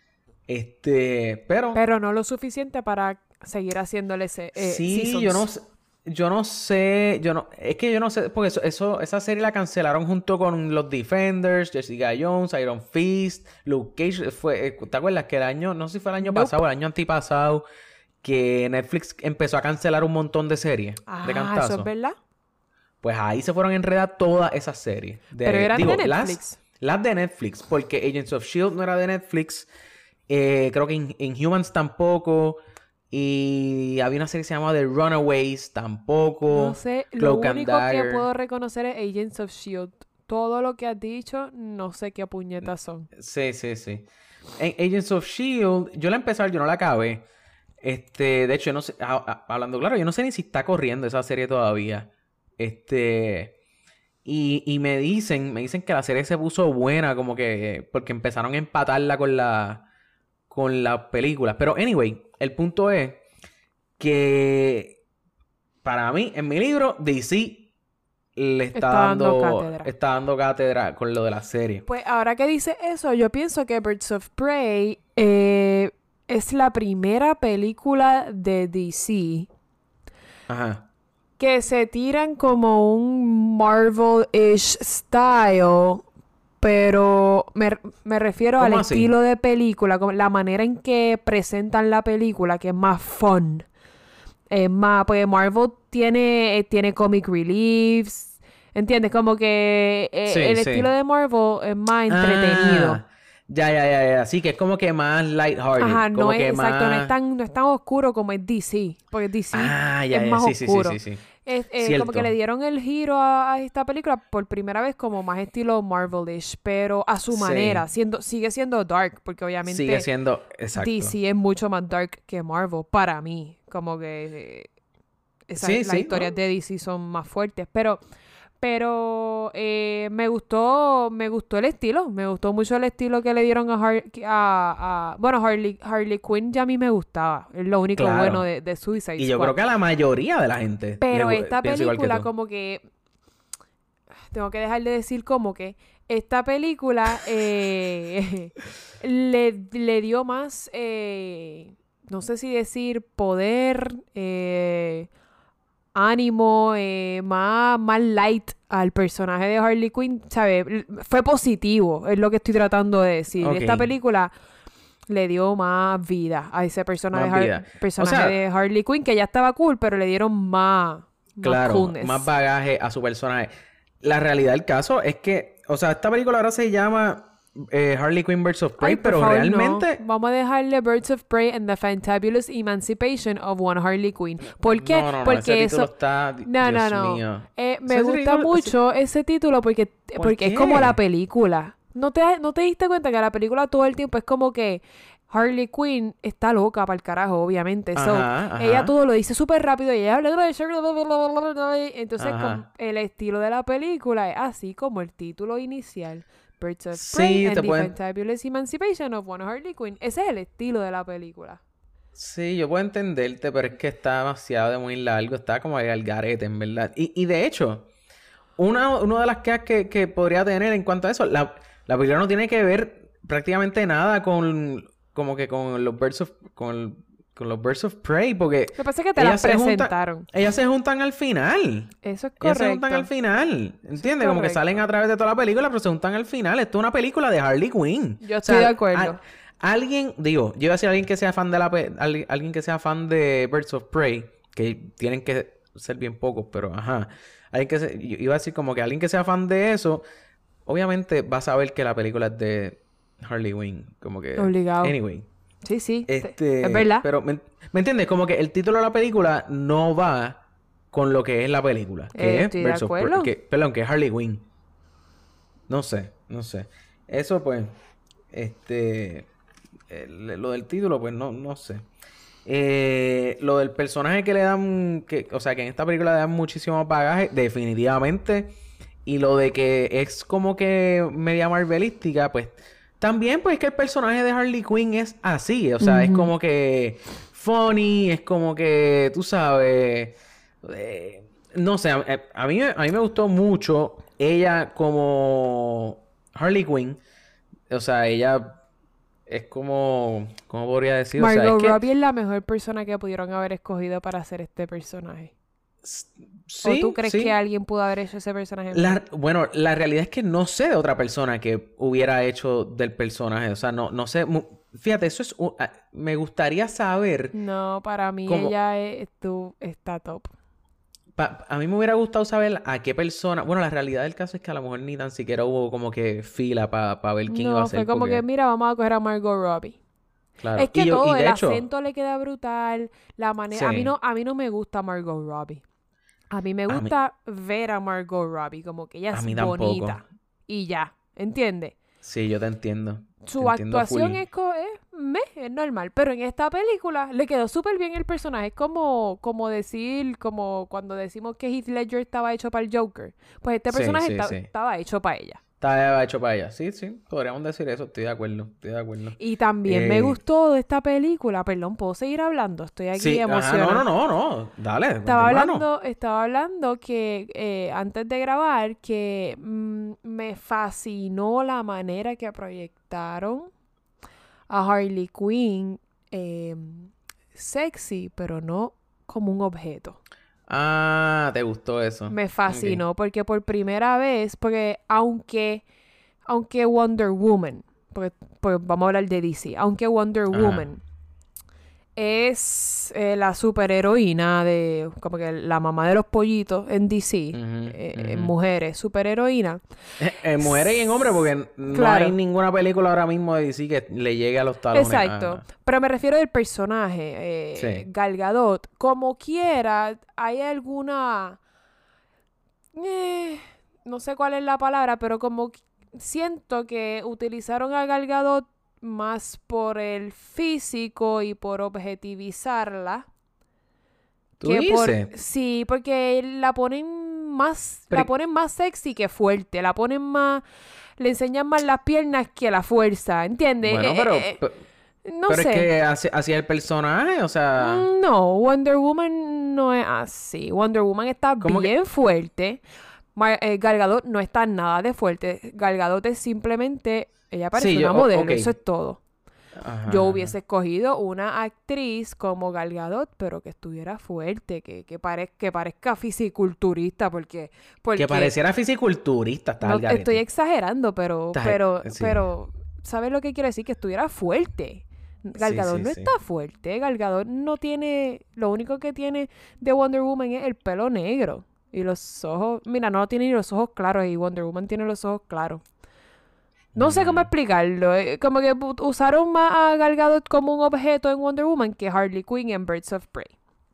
Este, pero... Pero no lo suficiente para seguir haciéndole ese... eh, sí, seasons. yo no sé... Yo no sé, yo no, es que yo no sé, porque eso, eso, esa serie la cancelaron junto con los Defenders, Jessica Jones, Iron Fist, Luke Cage, fue, eh, ¿te acuerdas que el año, no sé si fue el año Nope. pasado o el año antipasado, que Netflix empezó a cancelar un montón de series Ah, de ¿eso cantazo? es verdad? Pues ahí se fueron a enredar todas esas series. De- Pero eran digo, de las- Netflix. Las, de Netflix, porque Agents of Shield no era de Netflix, eh, creo que In- Inhumans tampoco. Y había una serie que se llamaba The Runaways, tampoco. No sé, lo Cloak and único que Dagger. puedo reconocer es Agents of Shield. Todo lo que has dicho, no sé qué puñetas son. Sí, sí, sí. En Agents of Shield, yo la empecé a ver, yo no la acabé. Este, de hecho, yo no sé, a- a- hablando claro, yo no sé ni si está corriendo esa serie todavía. Este, y, y me dicen, me dicen que la serie se puso buena, como que, porque empezaron a empatarla con la, con las películas. Pero, anyway, el punto es que, para mí, en mi libro, D C le está, Está dando dando, cátedra. está dando cátedra con lo de la serie. Pues ahora que dice eso, yo pienso que Birds of Prey eh, es la primera película de D C Ajá. que se tiran como un Marvel-ish style, pero me, me refiero al ¿Cómo así? estilo de película, como la manera en que presentan la película, que es más fun. Es más, pues Marvel tiene, eh, tiene comic reliefs, ¿entiendes? Como que eh, Sí, el sí. estilo de Marvel es más entretenido. Ah, ya, ya, ya, ya. Sí, que es como que más lighthearted. Ajá, como no es que exacto, no más... es tan, no es tan oscuro como es D C, porque D C Ah, ya, es ya. más Sí, sí, sí, oscuro. sí, sí. Es, eh, Cierto. como que le dieron el giro a, a esta película por primera vez como más estilo Marvel-ish, pero a su Sí. manera, siendo, sigue siendo dark, porque obviamente Sigue siendo... Exacto. D C es mucho más dark que Marvel, para mí. Como que... eh, esa- Sí, las sí, historias ¿no? de D C son más fuertes. Pero, pero eh, me gustó, me gustó el estilo. Me gustó mucho el estilo que le dieron a, Har- a, a- bueno, Harley, Harley Quinn ya a mí me gustaba. Es lo único Claro. bueno de, de Suicide Y yo Squad. creo que a la mayoría de la gente Pero le- esta piensa igual que película tú. como que... Tengo que dejar de decir como que esta película eh, le, le dio más, eh, no sé si decir poder, eh, ánimo, eh, más, más light al personaje de Harley Quinn, ¿sabes? L- Fue positivo, es lo que estoy tratando de decir. Ok. Esta película le dio más vida a ese personaje, Más de, vida. Har- personaje O sea- de Harley Quinn, que ya estaba cool, pero le dieron más, más Claro, coolness. más bagaje a su personaje. La realidad del caso es que, o sea, esta película ahora se llama eh, Harley Quinn versus. Prey, Ay, por pero favor, realmente... no. Vamos a dejarle Birds of Prey and the Fantabulous Emancipation of One Harley Quinn. ¿Por qué? No, no, no, porque ese eso... título está... No, Dios no, no. mío. Eh, me Ese gusta título- mucho ese título porque, ¿Por porque es qué? como la película. ¿No te, ¿No te diste cuenta que la película todo el tiempo es como que Harley Quinn está loca para el carajo, obviamente? So, Ajá, ajá. ella todo lo dice súper rápido y ella habla... Entonces, Ajá. con el estilo de la película es así como el título inicial. Birds of Sí, Prey and te the pueden- Fantabulous Emancipation of One Harley Quinn. Ese es el estilo de la película. Sí, yo puedo entenderte, pero es que está demasiado de muy largo. Está como al garete, en verdad. Y, y de hecho, una, una de las quejas que, que podría tener en cuanto a eso, la, la película no tiene que ver prácticamente nada con... Como que con los Birds of... Con, con los Birds of Prey, porque... Lo que pasa es que te ellas las se juntan- presentaron. ellas se juntan al final. Eso es Ellas se correcto. juntan al final. ¿Entiendes? Como que correcto. salen a través de toda la película, pero se juntan al final. Esto es una película de Harley Quinn. Yo estoy de acuerdo. a- alguien, digo, yo iba a decir alguien que sea fan de la pe- al- alguien que sea fan de Birds of Prey, que tienen que ser bien pocos, pero ajá. Alguien que se- yo iba a decir como que alguien que sea fan de eso, obviamente va a saber que la película es de Harley Quinn. Como que. Obligado. Anyway. Sí, sí. Este, Es verdad. Pero, ¿me, ¿me entiendes? Como que el título de la película no va con lo que es la película. Que Eh, es estoy de Birds of Prey, acuerdo. que- perdón, que es Harley Quinn. No sé, no sé. Eso, pues, este... el- lo del título, pues, no, no sé. Eh, lo del personaje que le dan... Que, o sea, que en esta película le dan muchísimo bagaje, definitivamente. Y lo de que es como que media marvelística, pues... También, pues, es que el personaje de Harley Quinn es así. O sea, es como que... Funny, es como que... Tú sabes... eh, no sé, a, a mí, a mí me gustó mucho ella como Harley Quinn. O sea, ella es como... ¿Cómo podría decir? O sea, Margot es que... Robbie es la mejor persona que pudieron haber escogido para hacer este personaje. Sí, ¿O tú crees sí. que alguien pudo haber hecho ese personaje? La- bueno, la realidad es que no sé de otra persona que hubiera hecho del personaje. O sea, no, no sé. mu- Fíjate, eso es... un- ah, me gustaría saber... No, para mí ¿Cómo? ella es, tú, está top. pa- a mí me hubiera gustado saber a qué persona... Bueno, la realidad del caso es que a lo mejor ni tan siquiera hubo como que fila para ver quién iba a No, ser. fue como porque- que, mira, vamos a coger a Margot Robbie. Claro. Es que Y yo- todo, y de el hecho- acento le queda brutal, la manera... A Sí. mí no, a mí no me gusta Margot Robbie. A mí me A mí- gusta ver a Margot Robbie, como que ella A es mí tampoco. bonita. Y ya, ¿entiendes? Sí, yo te entiendo. Su Te entiendo actuación full. es, co- es, meh, es normal, pero en esta película le quedó súper bien el personaje. Es como, como decir, como cuando decimos que Heath Ledger estaba hecho para el Joker. Pues este Sí, personaje sí, esta- sí. estaba hecho para ella. Estaba hecho para ella. Sí, sí. Podríamos decir eso. Estoy de acuerdo. Estoy de acuerdo. Y también me Eh, gustó de esta película. Perdón, ¿puedo seguir hablando? Estoy aquí Sí, ajá, emocionada. no, no, no, no. Dale. Estaba continúa, hablando, estaba hablando que eh, antes de grabar que mm, me fascinó la manera que proyectaron a Harley Quinn eh, sexy, pero no como un objeto. Ah, te gustó eso. Me fascinó porque por primera vez, porque aunque, aunque Wonder Woman, porque, porque vamos a hablar de D C, aunque Wonder Ajá. Woman es eh, la superheroína de, como que la mamá de los pollitos en D C, Ujú, eh, en ujú. mujeres, superheroína. Eh, En mujeres y en hombres, porque no Claro. hay ninguna película ahora mismo de D C que le llegue a los talones. Exacto. Ah, Pero me refiero al personaje, eh, Sí. Gal Gadot. Como quiera, hay alguna... eh, no sé cuál es la palabra, pero como que siento que utilizaron a Gal Gadot más por el físico y por objetivizarla ¿Tú que por- dices? sí, porque la ponen más, Pero- la ponen más sexy que fuerte, la ponen más, le enseñan más las piernas que la fuerza, ¿entiendes? Bueno, Eh, pero... eh, pe- no pero sé. es que hacia, hacia el personaje, o sea... Mm, No, Wonder Woman no es así. Wonder Woman está ¿Cómo que? bien fuerte. Ma- eh, Gal Gadot no está nada de fuerte. Gal Gadot es simplemente, ella parece Sí, una yo- o- modelo, ok. eso es todo. Ajá. Yo hubiese escogido una actriz como Gal Gadot, pero que estuviera fuerte, que, que, parez- que parezca fisiculturista, porque, porque Que pareciera fisiculturista, está no, al garete. estoy exagerando, pero, Está- pero, sí. pero, ¿sabes lo que quiero decir? Que estuviera fuerte. Gal Sí, Gadot sí, no sí. está fuerte. Gal Gadot no tiene, lo único que tiene de Wonder Woman es el pelo negro y los ojos. Mira, no tiene ni los ojos claros y Wonder Woman tiene los ojos claros. No sé Mm. cómo explicarlo. eh, Como que pu- usaron más a Gal Gadot como un objeto en Wonder Woman que Harley Quinn en Birds of Prey.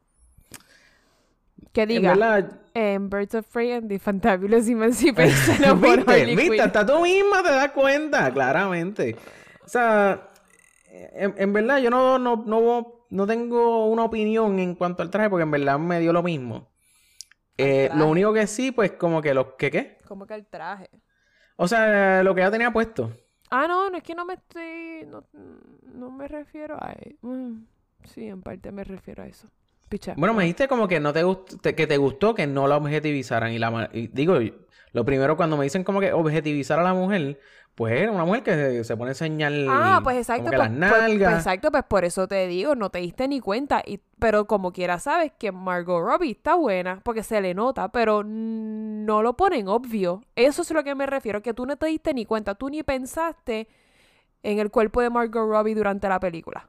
Que En diga, verdad... en Birds of Prey and the Fantabulous Emancipation of ¿Viste? Harley ¿Viste? Quinn. Hasta tú misma te das cuenta, claramente. O sea, en, en verdad yo no, no, no, no tengo una opinión en cuanto al traje porque en verdad me dio lo mismo. Eh, traje. lo único que sí, pues como que los... ¿Qué qué? Como que el traje. O sea, lo que ella tenía puesto. Ah, no, no es que no me estoy. No, no me refiero a. Mm, sí, en parte me refiero a eso. Picha. Bueno, me dijiste como que no te gustó, que te gustó que no la objetivizaran. Y la ma- y digo, lo primero cuando me dicen como que objetivizar a la mujer, pues era una mujer que se, se pone a enseñar Ah, pues exacto. como que Pues, las pues- pues nalgas. exacto, pues por eso te digo, no te diste ni cuenta. Y, pero como quiera sabes que Margot Robbie está buena, porque se le nota, pero no lo ponen obvio. Eso es lo que me refiero, que tú no te diste ni cuenta, tú ni pensaste en el cuerpo de Margot Robbie durante la película.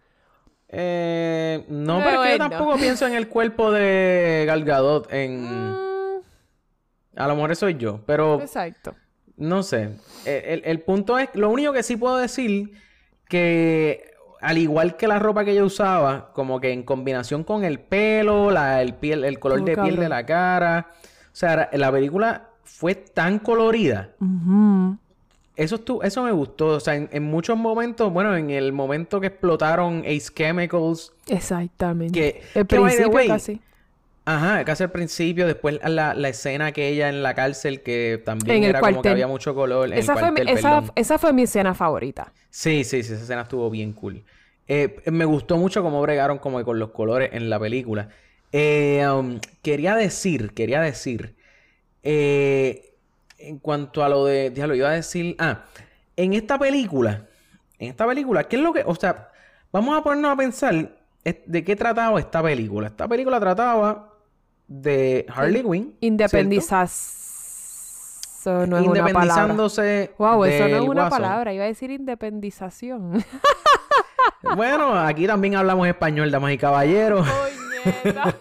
Eh, no, Eh, pero es que yo bueno. tampoco pienso en el cuerpo de Gal Gadot en... Mm, A lo mejor soy yo, pero exacto. no sé. El, el- el punto es... Lo único que sí puedo decir que... Al igual que la ropa que ella usaba, como que en combinación con el pelo, la, el, piel, el color Oh, de piel cabrón. de la cara. O sea, la película fue tan colorida. Ujú. Eso estu- eso me gustó. O sea, en, en muchos momentos, bueno, en el momento que explotaron Ace Chemicals, Exactamente. que, El que, by the principio way, casi. ajá, casi al principio, después la, la escena que ella en la cárcel, que también En el era como que cuartel. había mucho color. En Esa, el fue, mi- cuartel, esa, perdón. esa fue mi escena favorita. Sí, sí, sí, esa escena estuvo bien cool. Eh, me gustó mucho cómo bregaron como que con los colores en la película. Eh, um, quería decir, quería decir, eh, en cuanto a lo de, diablo, iba a decir, ah, en esta película, en esta película, ¿qué es lo que, o sea, vamos a ponernos a pensar es- de qué trataba esta película? Esta película trataba de Harley Quinn, Independizar. No es una palabra. independizándose Wow, eso no es del una Guasón. palabra. Iba a decir independización. Bueno, aquí también hablamos español, damas y caballeros. Coñeta.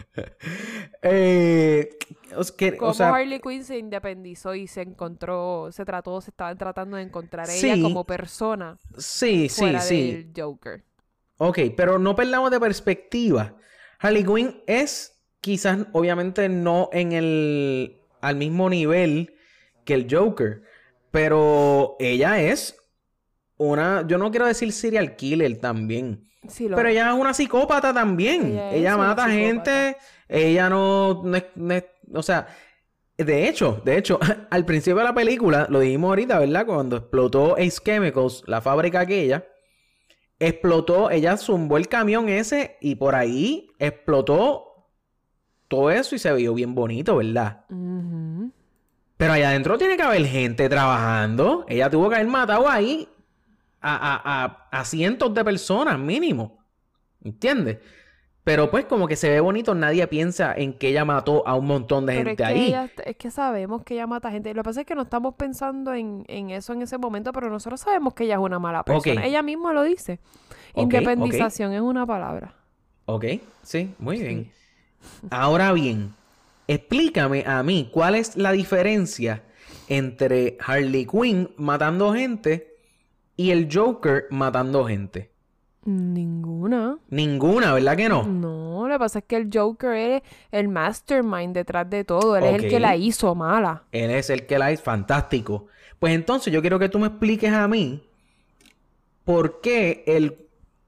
Eh, os- que- Como o sea, Harley Quinn se independizó y se encontró, se trató, se estaban tratando de encontrar a Sí. ella como persona sí, sí, fuera sí. del Joker. Ok, pero no perdamos de perspectiva. Harley Quinn es quizás, obviamente, no en el al mismo nivel que el Joker, pero ella es una, yo no quiero decir serial killer también, Sí, lo- pero ella es una psicópata también. Ella Ella, es una mata psicópata. gente, ella no, no es- no es- o sea, de hecho, de hecho, al principio de la película, lo dijimos ahorita, ¿verdad? Cuando explotó Ace Chemicals, la fábrica aquella, explotó, ella zumbó el camión ese y por ahí explotó todo eso y se vio bien bonito, ¿verdad? Ujú. Pero allá adentro tiene que haber gente trabajando. Ella tuvo que haber matado ahí a, a, a, a cientos de personas mínimo. ¿Entiendes? Pero pues como que se ve bonito, nadie piensa en que ella mató a un montón de Pero es gente que, ahí. ella- es que sabemos que ella mata gente. Lo que pasa es que no estamos pensando en, en eso en ese momento, pero nosotros sabemos que ella es una mala persona. Ok. Ella misma lo dice. Ok, Independización es una palabra. Ok, sí, muy bien. Ahora bien, explícame a mí cuál es la diferencia entre Harley Quinn matando gente y el Joker matando gente. Ninguna. Ninguna, ¿verdad que no? No, lo que pasa es que el Joker es el mastermind detrás de todo. Él es el Ok. que la hizo mala. Él es el que la es fantástico. Pues entonces yo quiero que tú me expliques a mí por qué el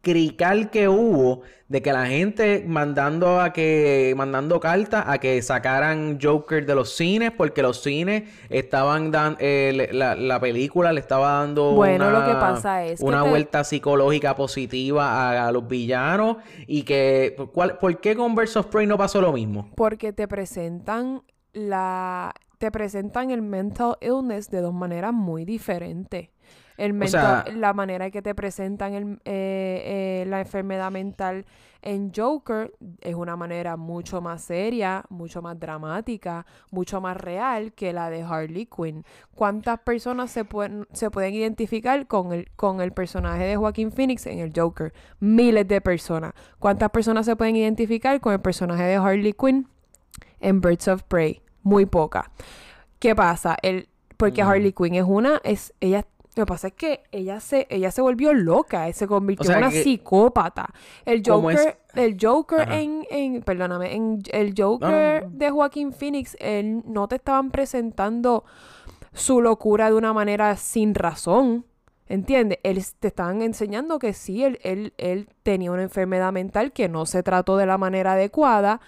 crical que hubo de que la gente mandando a que mandando cartas a que sacaran Joker de los cines porque los cines estaban dando eh, la, la película le estaba dando Bueno, una, lo que pasa es que una te- vuelta psicológica positiva a, a los villanos y que ¿cuál, ¿por qué con Birds of Prey no pasó lo mismo? Porque te presentan la... Te presentan el mental illness de dos maneras muy diferentes. El mental, sea- la manera en que te presentan el, eh, eh, la enfermedad mental en Joker es una manera mucho más seria, mucho más dramática, mucho más real que la de Harley Quinn. ¿Cuántas personas se pueden, se pueden identificar con el, con el personaje de Joaquin Phoenix en el Joker? Miles de personas. ¿Cuántas personas se pueden identificar con el personaje de Harley Quinn en Birds of Prey? Muy poca. ¿Qué pasa? El, porque Mm. Harley Quinn es una... es ella Lo que pasa es que ella se, ella se volvió loca, se convirtió O sea en una que- psicópata. El ¿Cómo es? Joker, el Joker Ajá. en, en, perdóname, en el Joker No, no, no. de Joaquin Phoenix, él no te estaban presentando su locura de una manera sin razón. ¿Entiendes? Él te estaban enseñando que sí, él, él, él tenía una enfermedad mental que no se trató de la manera adecuada.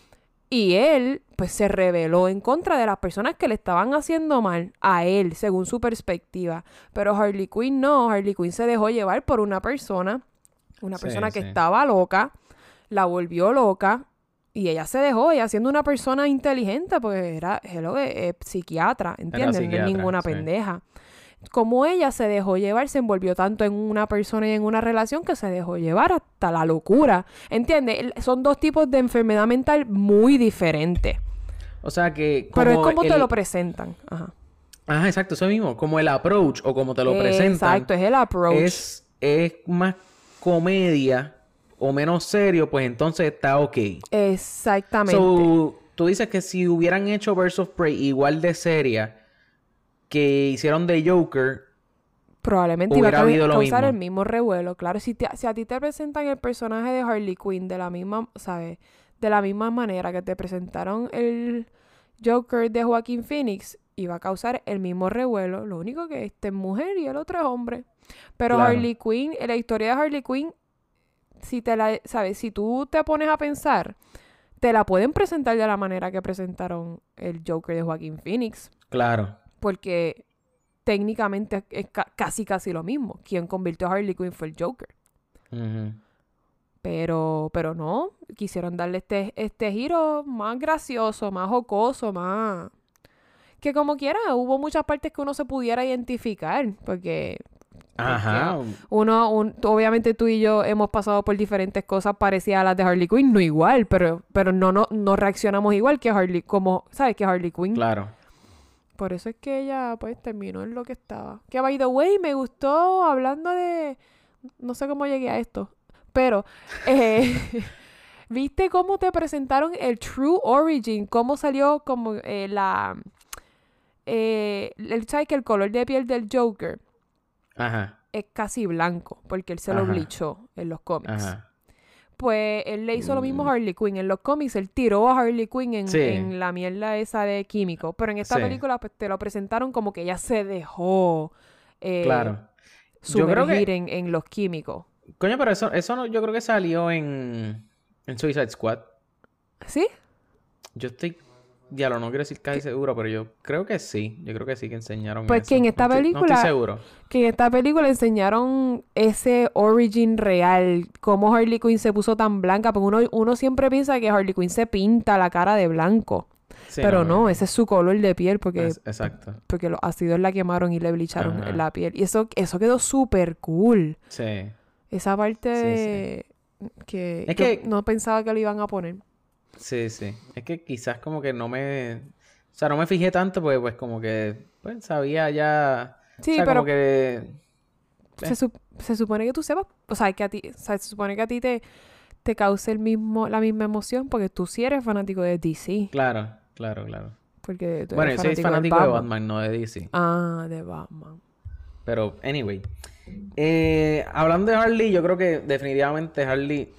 Y él, pues, se rebeló en contra de las personas que le estaban haciendo mal a él, según su perspectiva. Pero Harley Quinn no. Harley Quinn se dejó llevar por una persona, una Sí, persona que sí. estaba loca, la volvió loca, y ella se dejó, ella siendo una persona inteligente, porque era, hello, eh, eh, psiquiatra, ¿entiendes? No psiquiatra, es ninguna sí. pendeja. Como ella se dejó llevar, se envolvió tanto en una persona y en una relación que se dejó llevar hasta la locura. ¿Entiendes? El- Son dos tipos de enfermedad mental muy diferentes. O sea que Pero es como como te el- lo presentan. Ajá. Ajá, exacto, eso mismo, como el approach o como te lo presentan. Exacto, es el approach. Es, es más comedia o menos serio, pues entonces está ok. Exactamente. So, tú dices que si hubieran hecho Birds of Prey igual de seria que hicieron de Joker, Probablemente iba a hubiera ca- habido lo causar mismo. el mismo revuelo. Claro, si, te- si a ti te presentan el personaje de Harley Quinn de la misma, ¿sabes? De la misma manera que te presentaron el Joker de Joaquin Phoenix, iba a causar el mismo revuelo. Lo único que este es mujer y el otro es hombre. Pero Claro. Harley Quinn, la historia de Harley Quinn, si te la, ¿sabes? Si tú te pones a pensar, te la pueden presentar de la manera que presentaron el Joker de Joaquin Phoenix. claro. Porque técnicamente es ca- casi casi lo mismo. Quien convirtió a Harley Quinn fue el Joker. Ujú. Pero, pero no, quisieron darle este, este giro más gracioso, más jocoso, más... Que como quiera, hubo muchas partes que uno se pudiera identificar, porque... Ajá. Uno, un- obviamente tú y yo hemos pasado por diferentes cosas parecidas a las de Harley Quinn, no igual, pero, pero no, no, no reaccionamos igual que Harley, como, ¿sabes? Que Harley Quinn. Claro. Por eso es que ella, pues, terminó en lo que estaba. Que, by the way, me gustó hablando de... No sé cómo llegué a esto. Pero, eh, ¿viste cómo te presentaron el True Origin? ¿Cómo salió como eh, la... Eh, el, ¿sabes que el color de piel del Joker Ajá. es casi blanco? Porque él se lo Ajá. bleachó en los cómics. Ajá. Pues él le hizo lo mismo Mm. a Harley Quinn. En los cómics él tiró a Harley Quinn en, Sí. en la mierda esa de químico. Pero en esta Sí. película pues te lo presentaron como que ella se dejó eh, Claro. Yo creo sumergir que... en, en los químicos. Coño, pero eso, eso no, yo creo que salió en, en Suicide Squad. ¿Sí? Yo estoy... Ya lo no quiero decir casi seguro, pero yo creo que sí. Yo creo que sí que enseñaron Pues eso. que en esta No estoy- No película- estoy seguro. Que en esta película enseñaron ese origin real. Cómo Harley Quinn se puso tan blanca. Porque uno, uno siempre piensa que Harley Quinn se pinta la cara de blanco. Sí, pero no, ese es su color de piel. Porque es- exacto. porque los ácidos la quemaron y le bleacharon Ajá. la piel. Y eso, eso quedó súper cool. Sí. Esa parte Sí, de... que Es yo que- no pensaba que lo iban a poner. Sí, sí. Es que quizás como que no me... O sea, no me fijé tanto porque pues como que... Pues sabía ya... Sí, o sea, pero como que... se, sup- se supone que tú sepas... O sea, que a ti... O sea, se supone que a ti te, te cause el mismo, la misma emoción porque tú sí eres fanático de D C. Claro, claro, claro. Porque tú Bueno, eres yo soy fanático, fanático del de Batman. Batman, no de D C. Ah, de Batman. Pero, anyway. Eh, hablando de Harley, yo creo que definitivamente Harley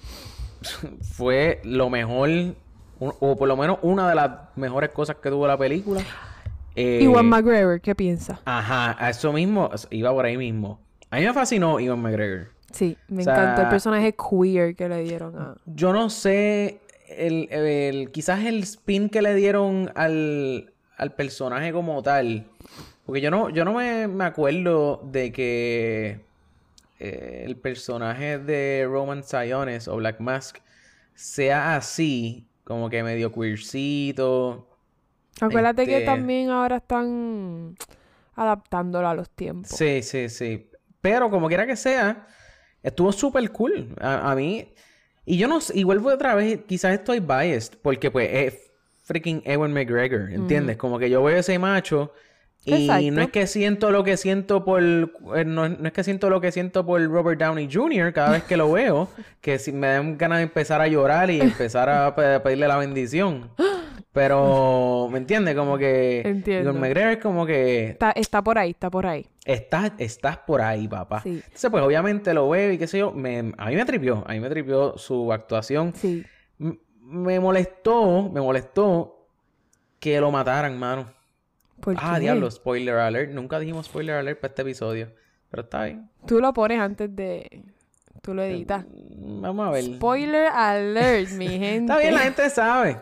fue lo mejor, un- o por lo menos una de las mejores cosas que tuvo la película. Eh, Iwan McGregor, ¿qué piensas? Ajá, a eso mismo, iba por ahí mismo. A mí me fascinó Iwan McGregor. Sí, me O sea, encantó el personaje queer que le dieron a... Yo no sé, el, el- quizás el spin que le dieron al, al personaje como tal. Porque yo no, yo no me, me acuerdo de que eh, el personaje de Roman Sionis o Black Mask sea así, como que medio queercito. Acuérdate que Este- también ahora están adaptándolo a los tiempos. Sí, sí, sí. Pero como quiera que sea, estuvo súper cool. A, a mí. Y yo no sé, y vuelvo otra vez, quizás estoy biased, porque pues es freaking Ewan McGregor, ¿entiendes? Como que yo veo ese macho y Exacto. no es que siento lo que siento por... eh, No, no es que siento lo que siento por Robert Downey junior cada vez que lo veo, que si me dan ganas de empezar a llorar y empezar a pe- pedirle la bendición. Pero, ¿me entiendes? Como que... Entiendo. Ewan McGregor es como que... Está, está por ahí, está por ahí. Estás, estás por ahí, papá. Sí. Entonces, pues obviamente lo veo y qué sé yo. Me, a mí me tripió. A mí me tripió su actuación. Sí. M- me molestó, me molestó que lo mataran, mano. ¿Por Ah, qué? diablo, spoiler alert. Nunca dijimos spoiler alert para este episodio. Pero está bien. Tú lo pones antes de... Tú lo editas. Mm, Vamos a ver. Spoiler alert, mi gente. Está bien, la gente sabe.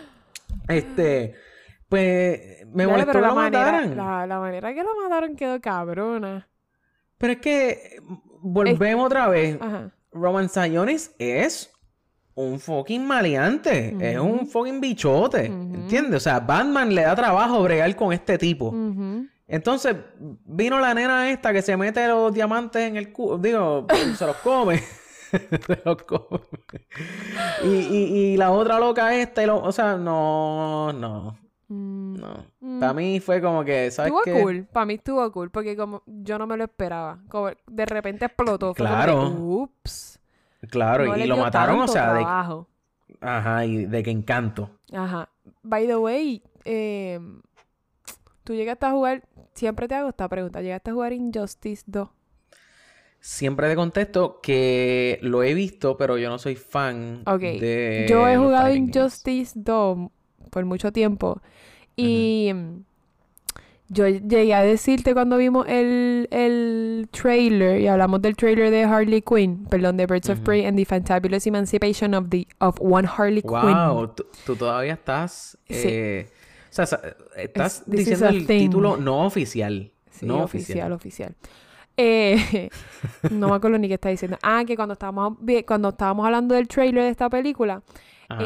Este, pues me Dale, molestó pero que la lo manera, mataran. la, la manera que lo mataron quedó cabrona. Pero es que volvemos otra vez. Ajá. Roman Sionis es un fucking maleante. Es un fucking bichote. ¿Entiendes? O sea, Batman le da trabajo bregar con este tipo. Ujú. Entonces, vino la nena esta que se mete los diamantes en el culo. Digo, se los come. Se los come. Y, y, y la otra loca esta. Y lo, o sea, no, no. Mm. No. Mm. Para mí fue como que, ¿sabes Estuvo qué? cool. Para mí estuvo cool. Porque como yo no me lo esperaba. Como de repente explotó. Fue como Claro. que, ups. Claro, No y le lo dio mataron, o tanto sea, de... trabajo. Ajá, y de que encanto. Ajá. By the way, eh, tú llegaste a jugar... Siempre te hago esta pregunta. ¿Llegaste a jugar Injustice dos? Siempre te contesto que lo he visto, pero yo no soy fan Ok. de Yo he los jugado fighting games. Injustice dos por mucho tiempo. Y mm, yo llegué a decirte cuando vimos el, el trailer y hablamos del trailer de Harley Quinn, perdón, de Birds of Ujú. Prey and the Fantabulous Emancipation of the of One Harley Quinn. Wow, tú, tú todavía estás... Sí. eh, o sea, sa- estás Es- this is diciendo a el thing. título no oficial. Sí, no oficial, oficial. oficial. Eh, no me acuerdo ni qué está diciendo. Ah, que cuando estábamos, vi- cuando estábamos hablando del trailer de esta película, Ajá.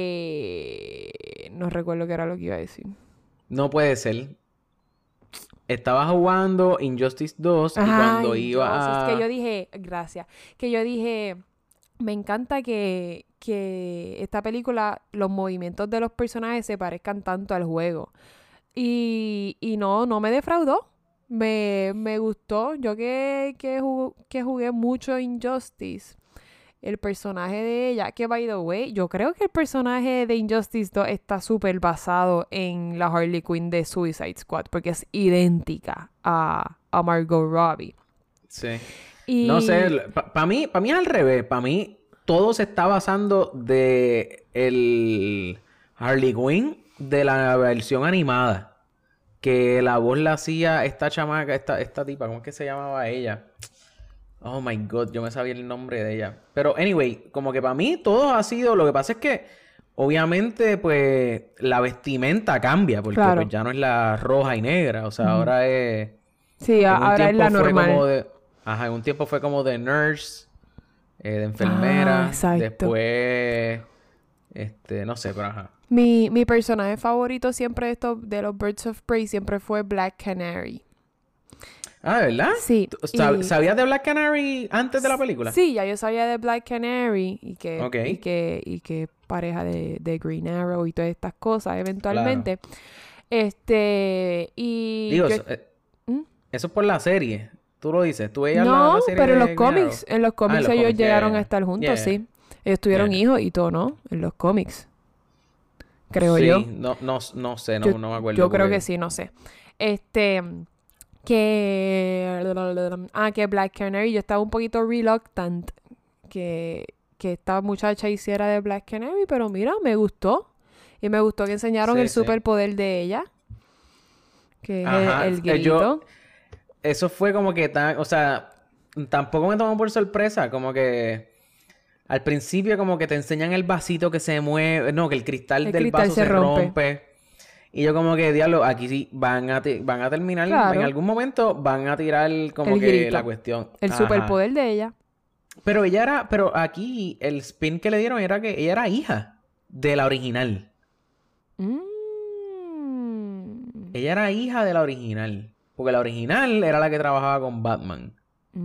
eh, no recuerdo qué era lo que iba a decir. No puede ser. Estabas jugando Injustice dos y Ajá, cuando y iba Dios, a... es que yo dije, gracias, que yo dije, me encanta que, que esta película, los movimientos de los personajes se parezcan tanto al juego. Y, y no, no me defraudó. Me, me gustó. Yo que, que, jugué, que jugué mucho Injustice, el personaje de ella, que by the way, yo creo que el personaje de Injustice dos está súper basado en la Harley Quinn de Suicide Squad, porque es idéntica a, a Margot Robbie. Sí. Y... No sé, para mí, para mí es al revés. Para mí todo se está basando de el Harley Quinn de la versión animada. Que la voz la hacía esta chamaca, esta, esta tipa, ¿cómo es que se llamaba ella? Oh my God, yo me sabía el nombre de ella. Pero anyway, como que para mí todo ha sido... Lo que pasa es que obviamente pues la vestimenta cambia. Porque Claro. pues, ya no es la roja y negra. O sea, ahora es... Sí, en a- un ahora es tiempo la fue normal. como de- ajá, en un tiempo fue como de nurse, eh, de enfermera. Ah, exacto. Después, este, no sé, pero ajá. Mi, mi personaje favorito siempre de estos, de los Birds of Prey, siempre fue Black Canary. Ah, ¿de verdad? Sí, ¿Tú sab- y- ¿Sabías de Black Canary antes de la película? Sí, ya yo sabía de Black Canary y que, Ok. y que, y que pareja de, de Green Arrow y todas estas cosas eventualmente. Este, y Digo, yo- eso, eh, ¿Mm? eso es por la serie. Tú lo dices. Tú veías la, no, la serie pero en de los Green cómics, Arrow? en los cómics los ellos cómics, ya, llegaron ya. a estar juntos, Yeah. sí. Ellos tuvieron Yeah. hijos y todo, ¿no? En los cómics. Creo Sí, yo. no, no, no sé, no, Yo, no me acuerdo. yo creo porque- que sí, no sé. Este, que... Ah, que Black Canary, yo estaba un poquito reluctant que, que esta muchacha hiciera de Black Canary, pero mira, me gustó. Y me gustó que enseñaron Sí, el sí. superpoder de ella. Que es Ajá, el, el eh, yo- grito. Eso fue como que tan... O sea, tampoco me tomó por sorpresa. Como que al principio como que te enseñan el vasito que se mueve. No, que el cristal El del cristal vaso se se rompe. rompe. Y yo como que, diablo, aquí sí van a, ti- van a terminar. Claro. En algún momento van a tirar como El que grito. la cuestión. El Ajá. superpoder de ella. Pero ella era... Pero aquí el spin que le dieron era que ella era hija de la original. Mm. Ella era hija de la original. Porque la original era la que trabajaba con Batman.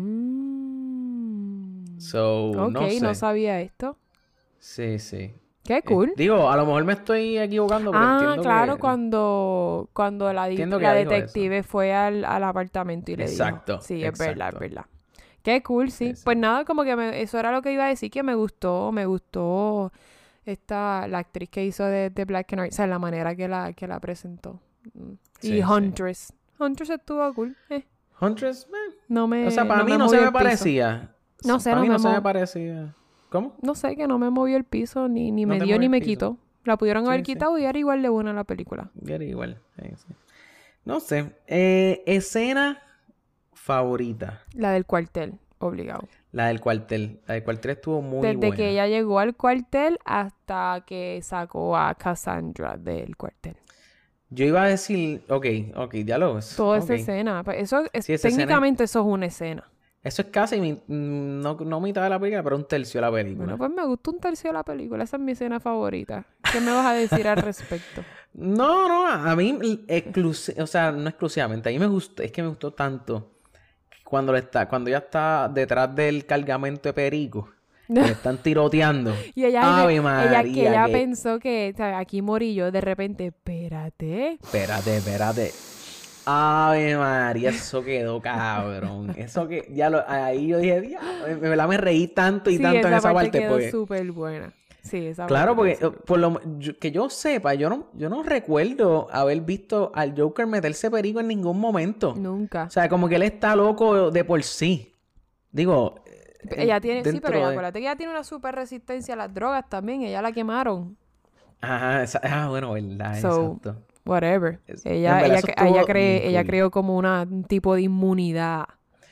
Mm. So, Ok, no sé. no sabía esto. Sí, sí. Qué cool. Eh, digo, a lo mejor me estoy equivocando, pero Ah, entiendo claro, que... cuando, cuando la, di- Entiendo que la ella dijo detective fue al, al apartamento y le dijo. Exacto, Sí, es verdad, es exacto. verdad. Qué cool, sí. Sí, sí. Pues nada, como que me- eso era lo que iba a decir, que me gustó, me gustó esta, la actriz que hizo de, de Black Canary, o sea, la manera que la, que la presentó. Mm. Sí, y sí. Huntress. Huntress estuvo cool. Eh, Huntress, eh, no me o sea, para no mí me no se movió me el piso. parecía. No sé, para no mí me no se me mo- parecía. ¿Cómo? No sé, que no me movió el piso, ni, ni No me te dio movió ni el me piso. quitó. La pudieron Sí, haber sí. quitado y era igual de buena la película. Era igual. Sí, sí. No sé. Eh, escena favorita. La del cuartel, obligado. La del cuartel. La del cuartel estuvo muy Desde buena. que ella llegó al cuartel hasta que sacó a Cassandra del cuartel. Yo iba a decir... Ok, ok, diálogos. Toda esa Ok. escena. pues Eso es, Sí, esa escena es- técnicamente eso es una escena. Eso es casi... mi- mm, no, no mitad de la película, pero un tercio de la película. Bueno, pues me gustó un tercio de la película. Esa es mi escena favorita. ¿Qué me vas a decir al respecto? No, no, a mí, exclusi- o sea, no exclusivamente, a mí me gustó, es que me gustó tanto cuando le está, cuando ella está detrás del cargamento de perico, que le están tiroteando. Y ella, Ave ella, María, que ella que- pensó que, o sea, aquí morí yo, de repente, espérate. Espérate, espérate. Ave María, eso quedó cabrón. Eso que, ya lo, ahí yo dije, "Diablo", en verdad me reí tanto y Sí, tanto en esa parte, quedó pues. súper buena. Sí, esa Claro, parte porque quedó eh, por lo yo- que yo sepa, yo no, yo no recuerdo haber visto al Joker meterse perico en ningún momento. súper- Nunca. O sea, como que él está loco de por sí. Digo, eh, Ella tiene, sí, dentro pero ella, de- acuérdate que ella tiene una super resistencia a las drogas también. Ella la quemaron. Ajá, esa- ah, bueno, verdad, So, exacto. Whatever. Es- en Ella, verdad, ella, eso cre- estuvo ella, cree, bien ella cool. creó como una, un tipo de inmunidad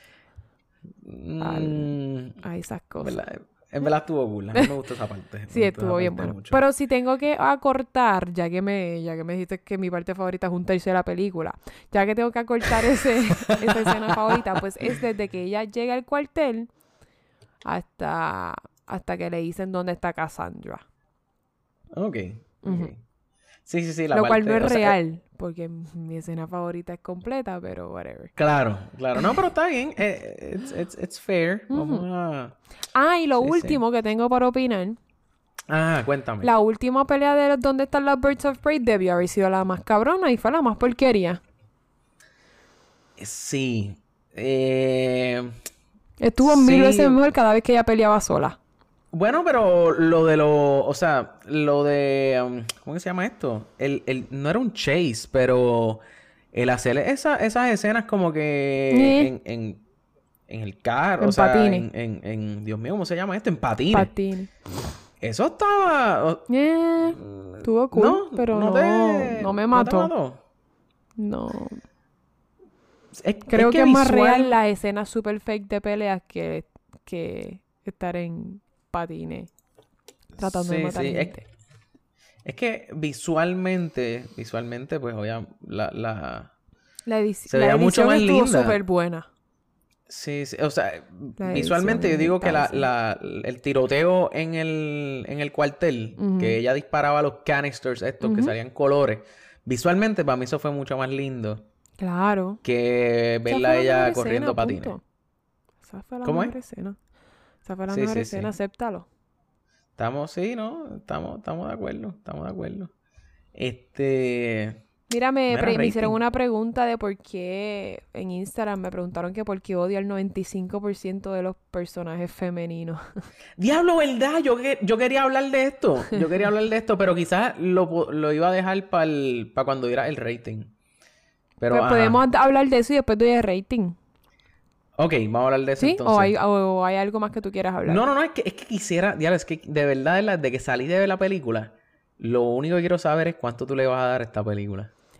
Mm, a esas cosas. verdad, en verdad estuvo cool. A mí me gustó esa parte. Sí, me gustó estuvo esa bien parte bueno. mucho. Pero si tengo que acortar, ya que me, ya que me dijiste que mi parte favorita es un tercio de la película, ya que tengo que acortar ese, esa escena favorita, pues es desde que ella llega al cuartel hasta, hasta que le dicen dónde está Cassandra. Ok. ok. Ujú. Sí, sí, sí. La Lo cual parte- no es o sea, eh, real, porque mi escena favorita es completa, pero whatever. claro, claro. No, pero está bien. eh, it's, it's, it's fair. Vamos a... Ah, y lo Sí, sí. último que tengo para opinar, Ah, cuéntame. la última pelea de dónde están las Birds of Prey debió haber sido la más cabrona y fue la más porquería. Sí. Eh... Estuvo Sí. mil veces mejor cada vez que ella peleaba sola. Bueno, pero lo de lo... O sea, lo de... um, ¿cómo que se llama esto? El, el, no era un chase, pero... El hacer esa, esas escenas como que... Eh. En, en, en el carro, En o sea... patines. En, en, en- Dios mío, ¿cómo se llama esto? En patines. Patines. Eso estaba... o- Eh, estuvo cool, no, pero no, te- no me te mató. mató. No. Es- Creo es que es más visual- real las escenas super fake de peleas que, que estar en patines tratando de Sí, matar sí, es- gente. Es que visualmente... Visualmente, pues, obviamente... La, la... La, edici- se la veía mucho edición más estuvo linda. súper buena. Sí, sí, o sea, La visualmente yo edición digo que la, está la- el tiroteo en el, en el cuartel, Ujú. que ella disparaba los canisters estos que Ujú. salían colores, visualmente para mí eso fue mucho más lindo Claro. que Esa verla fue a la ella mejor corriendo escena, patines. punto. Esa fue la ¿Cómo mejor es? escena. Esa fue la Sí, mejor sí, escena, sí. acéptalo. Estamos, sí, ¿no? Estamos, estamos de acuerdo, estamos de acuerdo. Este... Mira, me, Mira, pre- me hicieron rating. una pregunta de por qué en Instagram me preguntaron que por qué odio al noventa y cinco por ciento de los personajes femeninos. Diablo, ¿verdad? Yo, que- yo quería hablar de esto. Yo quería hablar de esto, pero quizás lo, po- lo iba a dejar para cuando diera el rating. Pero, Pues ajá. podemos hablar de eso y después doy el rating. Ok, vamos a hablar de eso ¿Sí? entonces. ¿O hay, o hay algo más que tú quieras hablar? No, no, no, es que, es que quisiera, diablo, es que de verdad, de, la- de que salí de ver la película, lo único que quiero saber es cuánto tú le vas a dar a esta película.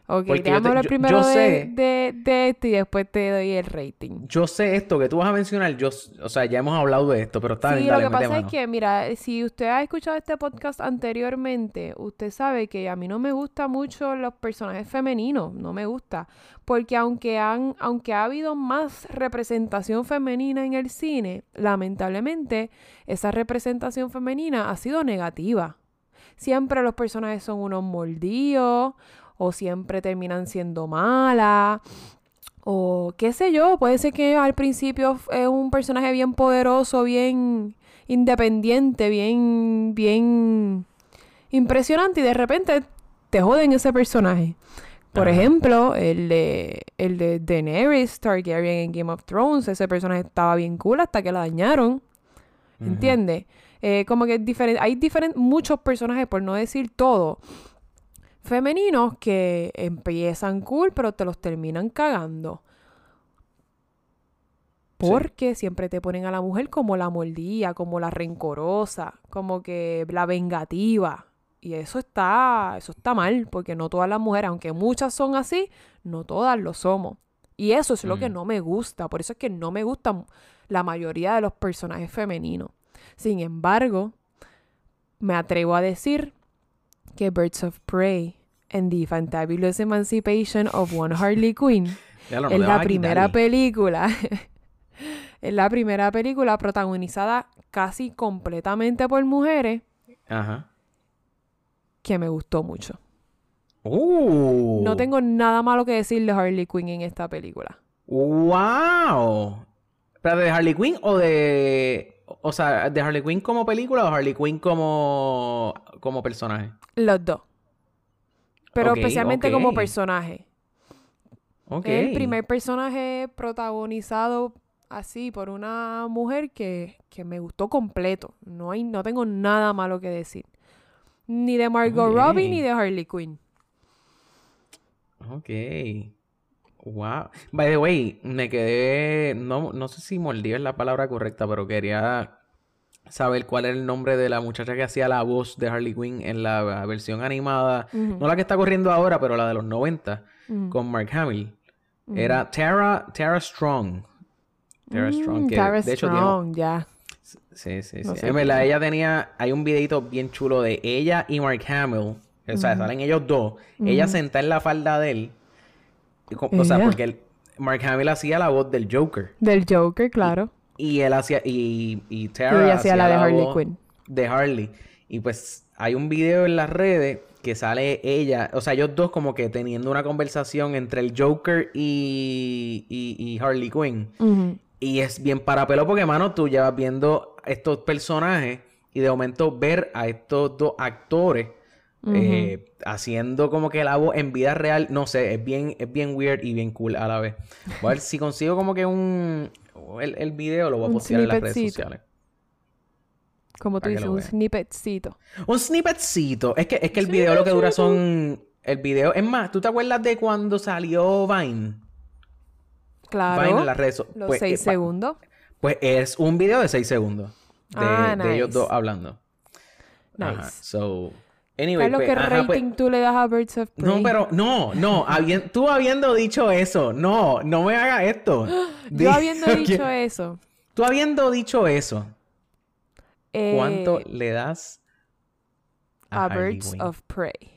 Ok, Porque yo déjame te- hablar yo- primero yo de, sé- de, de esto y después te doy el rating. Yo sé esto que tú vas a mencionar, yo, s- o sea, ya hemos hablado de esto, pero está Sí, bien, lo dale, que mete pasa es mano. que, mira, si usted ha escuchado este podcast anteriormente, usted sabe que a mí no me gustan mucho los personajes femeninos, no me gusta, porque aunque han, aunque ha habido más representación femenina en el cine, lamentablemente esa representación femenina ha sido negativa. Siempre los personajes son unos mordidos, o siempre terminan siendo malas, o qué sé yo, puede ser que al principio es un personaje bien poderoso, bien independiente, bien, bien impresionante y de repente te joden ese personaje. Por Ajá. ejemplo, el de, el de Daenerys Targaryen en Game of Thrones, ese personaje estaba bien cool hasta que la dañaron, Ujú. ¿entiendes? Eh, como que es diferente, hay diferentes, muchos personajes, por no decir todo, femeninos que empiezan cool, pero te los terminan cagando. Porque siempre te ponen a la mujer como la mordida, como la rencorosa, como que la vengativa. Y eso está, eso está mal, porque no todas las mujeres, aunque muchas son así, no todas lo somos. Y eso es lo que Mm. no me gusta. Por eso es que no me gustan la mayoría de los personajes femeninos. Sin embargo, me atrevo a decir que Birds of Prey and the Fantabulous Emancipation of One Harley Quinn Ya lo- no es le la vas a primera quitar. película, es la primera película protagonizada casi completamente por mujeres Ajá. que me gustó mucho. Uh. No tengo nada malo que decir de Harley Quinn en esta película. ¡Wow! ¿Pero de Harley Quinn o de... O sea, de Harley Quinn como película o Harley Quinn como... como personaje? Los dos. Pero Ok, especialmente ok. como personaje. Ok. Es el primer personaje protagonizado así por una mujer que, que me gustó completo. No hay, no tengo nada malo que decir. Ni de Margot Ok. Robbie ni de Harley Quinn. Ok. Wow. By the way, me quedé... No, no sé si mordido es la palabra correcta, pero quería saber cuál era el nombre de la muchacha que hacía la voz de Harley Quinn en la versión animada. Ujú. No la que está corriendo ahora, pero la de los noventa, Ujú. con Mark Hamill. Ujú. Era Tara, Tara Strong. Tara Strong, Mm, que Tara de hecho tiene... Strong, ya. Sí, sí, No sí. sé En verdad, quién. ella tenía... Hay un videito bien chulo de ella y Mark Hamill. O sea, salen ellos dos. Ella sentada en la falda de él. Y co- O sea, Ella. porque él- Mark Hamill hacía la voz del Joker. Del Joker, claro. Y él hacía... Y, y Y Tara ella hacía la de Harley voz Quinn. de Harley. Y pues hay un video en las redes que sale ella... O sea, ellos dos como que teniendo una conversación entre el Joker y, y, y Harley Quinn. Ujú. Y es bien para pelo porque, mano, tú llevas viendo estos personajes y de momento ver a estos dos actores eh, haciendo como que la voz en vida real, no sé, es bien, es bien weird y bien cool a la vez. Voy a ver si consigo como que un... El, el video lo voy a Un postear en las redes snippetcito. sociales. Como tú Para que dices, lo un vean. snippetcito. Un snippetcito. Es que, es que el video lo que dura son... El video... Es más, ¿tú te acuerdas de cuando salió Vine? Claro. Vine en las redes so- Los pues, seis eh, pa- segundos. Pues es un video de seis segundos. De, Ah, de ellos nice. dos hablando. Ajá. Nice. So... Anyway, Carlos, pues, ¿qué ajá, pues- rating tú le das a Birds of Prey? No, pero... No, no. habien- tú habiendo dicho eso. No, no me hagas esto. Di- Yo habiendo Ok. dicho eso... Tú habiendo dicho eso. eh, ¿Cuánto le das a, a Harley Birds Quinn? of Prey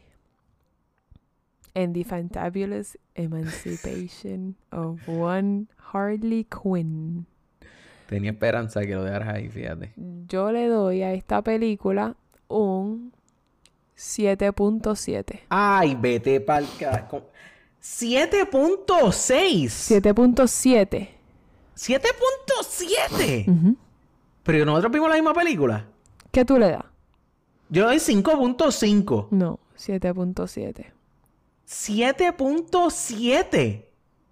and the Fantabulous Emancipation of One Harley Quinn? Tenía esperanza que lo dejaras ahí, fíjate. Yo le doy a esta película un siete punto siete. Ay, vete pa'l ca... con- siete punto seis. siete punto siete. siete punto siete. Ujú. Pero nosotros vimos la misma película. ¿Qué tú le das? Yo doy cinco punto cinco. No, siete punto siete. siete punto siete.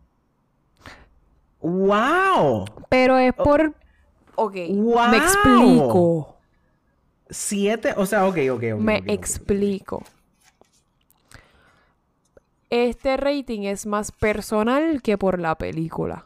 ¡Wow! Pero es por... Ok, ¡Wow! me explico. siete, o sea, ok, ok, ok. Me ok, ok. explico. Este rating es más personal que por la película.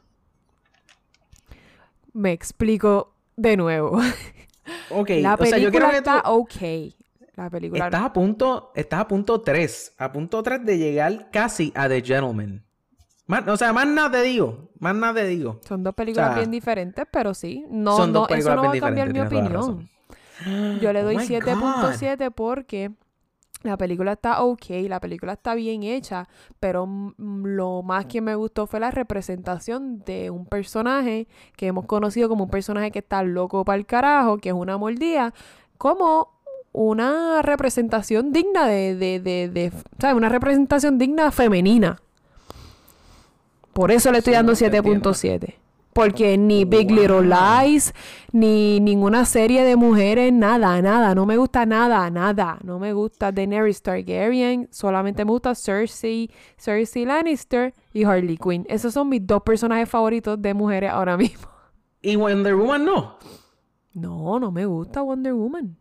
Me explico de nuevo. Ok, La o sea, yo quiero película que está tú... ok. La película... Estás a punto, estás a punto tres. A punto tres de llegar casi a The Gentleman. Más, o sea, más nada te digo. Más nada te digo. Son dos películas O sea, bien diferentes, pero sí. No, son dos no, eso películas no va a bien cambiar mi diferentes, tienes toda la opinión. Yo le Oh doy my siete punto God. siete porque la película está ok, la película está bien hecha, pero mm, lo más que me gustó fue la representación de un personaje que hemos conocido como un personaje que está loco para el carajo, que es una mordida, como una representación digna de, de, de, de ¿sabes? Una representación digna femenina. Por eso le estoy Sí, dando te siete punto entiendo. siete. Porque ni Big Wow. Little Lies, ni ninguna serie de mujeres, nada, nada. No me gusta nada, nada. No me gusta Daenerys Targaryen. Solamente me gusta Cersei, Cersei Lannister y Harley Quinn. Esos son mis dos personajes favoritos de mujeres ahora mismo. ¿Y Wonder Woman no? No, no me gusta Wonder Woman.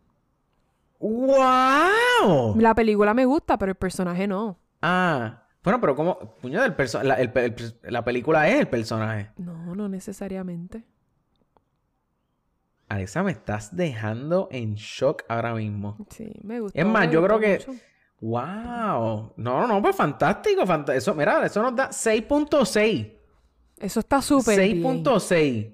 ¡Wow! La película me gusta, pero el personaje no. Ah. Bueno, pero ¿cómo? Puño, del perso- la, el pe- el pe- la película es el personaje. No, no necesariamente. Alexa, me estás dejando en shock ahora mismo. Sí, me gusta. Es más, me yo creo gustó que... mucho. ¡Wow! No, no, no, pues fantástico. fant- eso, mira, eso nos da seis punto seis. Eso está súper bien. seis punto seis.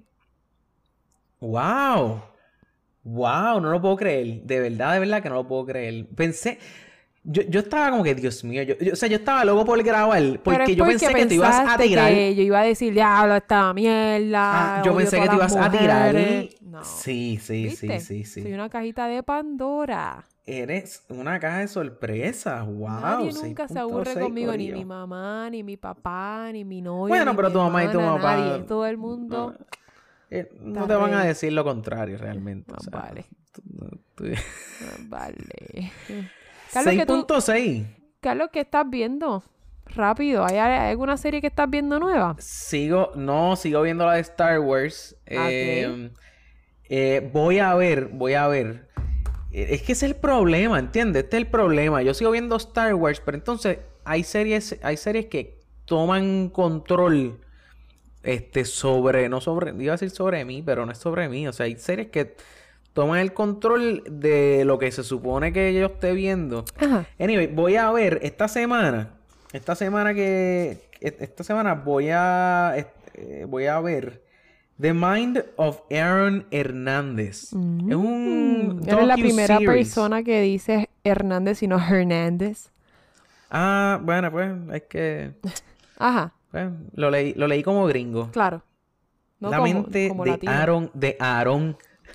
¡Wow! ¡Wow! No lo puedo creer. De verdad, de verdad que no lo puedo creer. Pensé... Yo, yo estaba como que, Dios mío, yo, yo- o sea, yo estaba loco por grabar Pero porque es yo porque pensé que te ibas a pensaste tirar. que yo iba a decir, diablo, esta mierda. Ah, yo odio pensé que te todas ibas las a tirar. mujeres. No. Sí, sí, ¿Viste? sí, sí, sí. Soy una cajita de Pandora. Eres una caja de sorpresas. Wow. Nadie nunca se aburre seis punto seis, conmigo, ni corillo. mi mamá, ni mi papá, ni mi novio. Bueno, ni pero mi tu mamá y tu hermana, papá. nadie. Todo el mundo. No, eh, no Está te van a re- decir lo contrario realmente. Más o sea, vale. tú- tú- Ah, vale. Carlos, seis ¿qué tú- punto seis. Carlos, ¿qué estás viendo? Rápido. ¿Hay, hay alguna serie que estás viendo nueva? Sigo, no, sigo viendo la de Star Wars. Eh, eh, voy a ver, voy a ver. Eh, Es que ese es el problema, ¿entiendes? Este es el problema. Yo sigo viendo Star Wars, pero entonces hay series, hay series que toman control este sobre, no sobre, iba a decir sobre mí, pero no es sobre mí. O sea, hay series que toman el control de lo que se supone que yo esté viendo. Ajá. Anyway, voy a ver esta semana. Esta semana que. Esta semana voy a. eh, voy a ver The Mind of Aaron Hernández. Es un. Mm. Eres la primera docu-series. persona que dice Hernández y no Hernández. Ah, bueno, pues es que. Ajá, pues, lo, leí, lo leí como gringo. claro. No la como- mente como de latino. Aaron. De Aaron.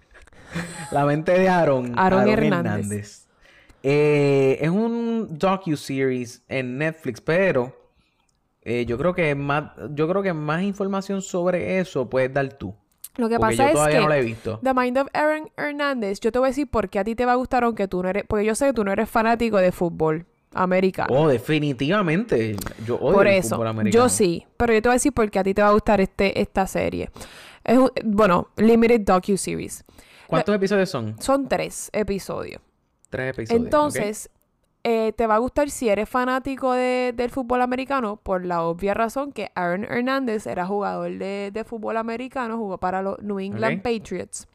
La mente de Aaron. Aaron Hernández. Eh, es un docu-series en Netflix, pero eh, yo creo que más, yo creo que más información sobre eso puedes dar tú. Lo que Porque pasa yo es todavía que no la he visto. The Mind of Aaron Hernández, yo te voy a decir por qué a ti te va a gustar aunque tú no eres, porque yo sé que tú no eres fanático de fútbol americano. Oh, definitivamente. Yo odio Por el eso, fútbol americano. yo sí, pero yo te voy a decir por qué a ti te va a gustar este, esta serie. Es un- bueno, Limited Docu-Series. ¿Cuántos episodios son? Son tres episodios. Tres episodios. Entonces, eh, te va a gustar si eres fanático de- del fútbol americano por la obvia razón que Aaron Hernández era jugador de, de fútbol americano, jugó para los New England Ok. Patriots.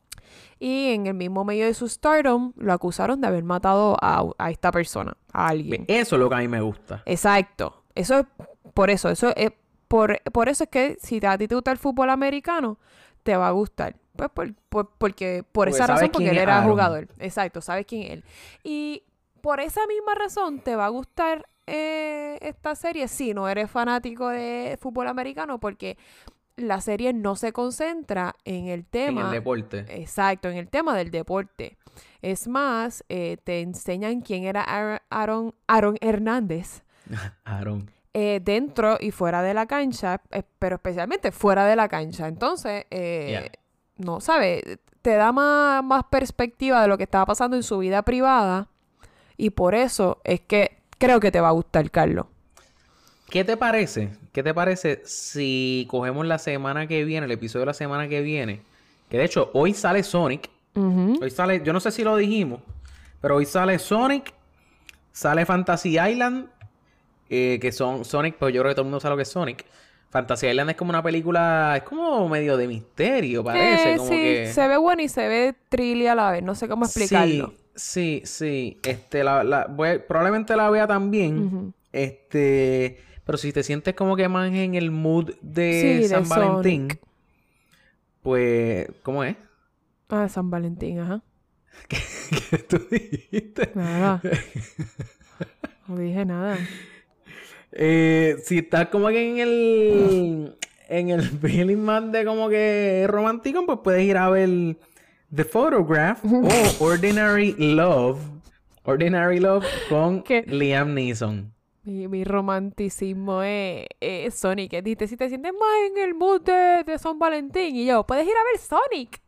Y en el mismo medio de su stardom lo acusaron de haber matado a, a esta persona, a alguien. Ok. Eso es lo que a mí me gusta. Exacto. Eso es por eso. Eso es por, por eso es que si a ti te gusta el fútbol americano, te va a gustar. Pues por, por- porque, por Porque esa sabes razón, porque quién él es era Aaron. jugador. Exacto, sabes quién es él. Y por esa misma razón te va a gustar eh, esta serie si no eres fanático de fútbol americano, porque la serie no se concentra en el En tema. el deporte. Exacto, en el tema del deporte. Es más, eh, te enseñan quién era Aaron, Aaron, Aaron Hernández Aaron. eh, dentro y fuera de la cancha, eh, pero especialmente fuera de la cancha. Entonces, eh, Yeah. no, ¿sabes? Te da más, más perspectiva de lo que estaba pasando en su vida privada y por eso es que creo que te va a gustar, Carlos. ¿Qué te parece? ¿Qué te parece si cogemos la semana que viene, el episodio de la semana que viene? Que de hecho, hoy sale Sonic. Ujú. Hoy sale, yo no sé si lo dijimos, pero hoy sale Sonic, sale Fantasy Island, eh, que son Sonic, pues yo creo que todo el mundo sabe lo que es Sonic. Fantasy Island es como una película, es como medio de misterio, parece. Eh, como sí, que... se ve bueno y se ve trilly a la vez. No sé cómo explicarlo. Sí, Sí, sí. Este, la, la, voy- probablemente la vea también. Ujú. Este, pero si te sientes como que más en el mood de Sí, de San Valentín, Sonic. pues, ¿cómo es? Ah, San Valentín, ajá. ¿Qué tú dijiste? Nada. No dije nada. Eh, si estás como que en el en el feeling más de como que romántico, pues puedes ir a ver The Photograph o Ordinary Love. Ordinary Love con ¿Qué? Liam Neeson. Mi, mi romanticismo es, es Sonic. Que dice, si te sientes más en el mood de, de San Valentín. Y yo, puedes ir a ver Sonic.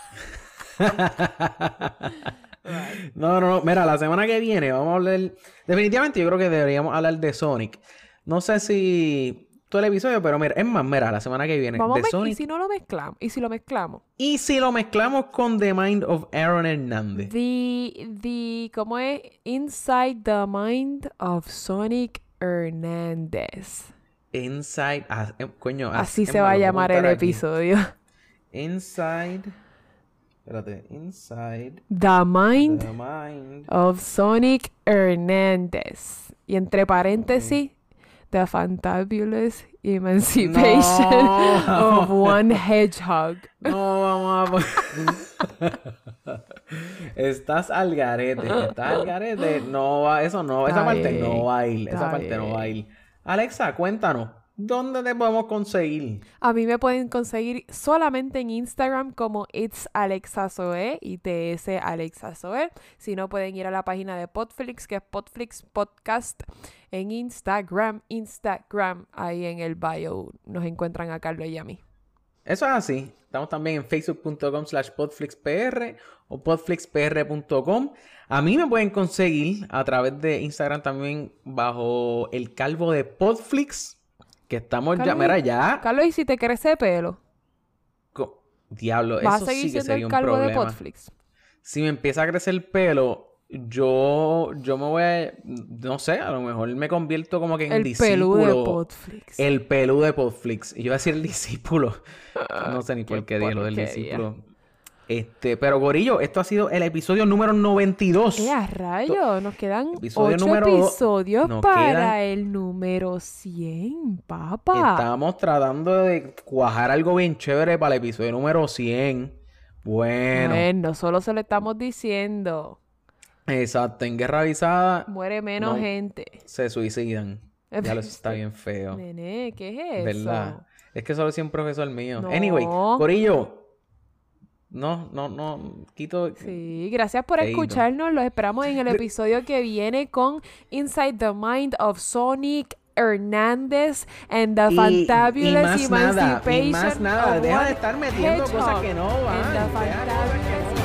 No, no, no. Mira, la semana que viene vamos a hablar... Definitivamente yo creo que deberíamos hablar de Sonic. No sé si todo el episodio, pero mira, es más, mira, la semana que viene Vamos a de mez- Sonic. Y si no lo mezclamos. Y si lo mezclamos. Y si lo mezclamos con The Mind of Aaron Hernández. The, the, ¿cómo es? Inside the Mind of Sonic Hernández. Inside... ah, eh, coño, Así es se más, va a lo voy llamar el apuntar aquí. episodio. Inside... Espérate. Inside The Mind the Mind... of Sonic Hernández. Y entre paréntesis, The Fantabulous Emancipation No. of One Hedgehog. No, vamos a... Estás al garete. Estás al garete. No va... Eso no... Esa Está parte bien, no va a ir. Esa está parte no va a bien. ir. Alexa, cuéntanos. ¿Dónde te podemos conseguir? A mí me pueden conseguir solamente en Instagram como It's Alexa Zoe, I T S Alexa Zoe. Si no, pueden ir a la página de Podflix, que es Podflix Podcast en Instagram. Instagram, ahí en el bio nos encuentran a Carlos y a mí. Eso es así. Estamos también en facebook.com slash podflixpr o podflixpr punto com. A mí me pueden conseguir a través de Instagram también bajo el calvo de Podflix. Que estamos ya, Carlos, mira, ya. Carlos, ¿y si te crece pelo? co- Diablo, ¿Vas eso a seguir sí que siendo sería el un calvo de problema. Podflix? Si me empieza a crecer el pelo, yo, yo me voy a, no sé, a lo mejor me convierto como que en El discípulo. pelú de Podflix. El pelú de Podflix. Y yo iba a decir el discípulo. No sé ni por Qué qué dije lo del porquería. discípulo. Este, pero Gorillo, esto ha sido el episodio número noventa y dos. ¡Eh, a rayo! Nos quedan Episodio ocho número do- episodios nos para quedan- el número cien, papá. Estábamos tratando de cuajar algo bien chévere para el episodio número cien. Bueno, Bueno, solo se lo estamos diciendo. exacto. En Guerra Avisada Muere menos No. gente. se suicidan. Ya lo está bien feo. Nene, ¿qué es eso? ¿Verdad? Es que solo soy un profesor mío. No. Anyway, Corillo. No, no, no. Quito. Sí, gracias por Feíto. escucharnos. Los esperamos en el episodio que viene con Inside the Mind of Sonic Hernández and the Y- Fantabulous y más nada, y Emancipation más nada. of Deja One de estar metiendo cosas Hedgehog que no and van. the Deja cosas que Fantabulous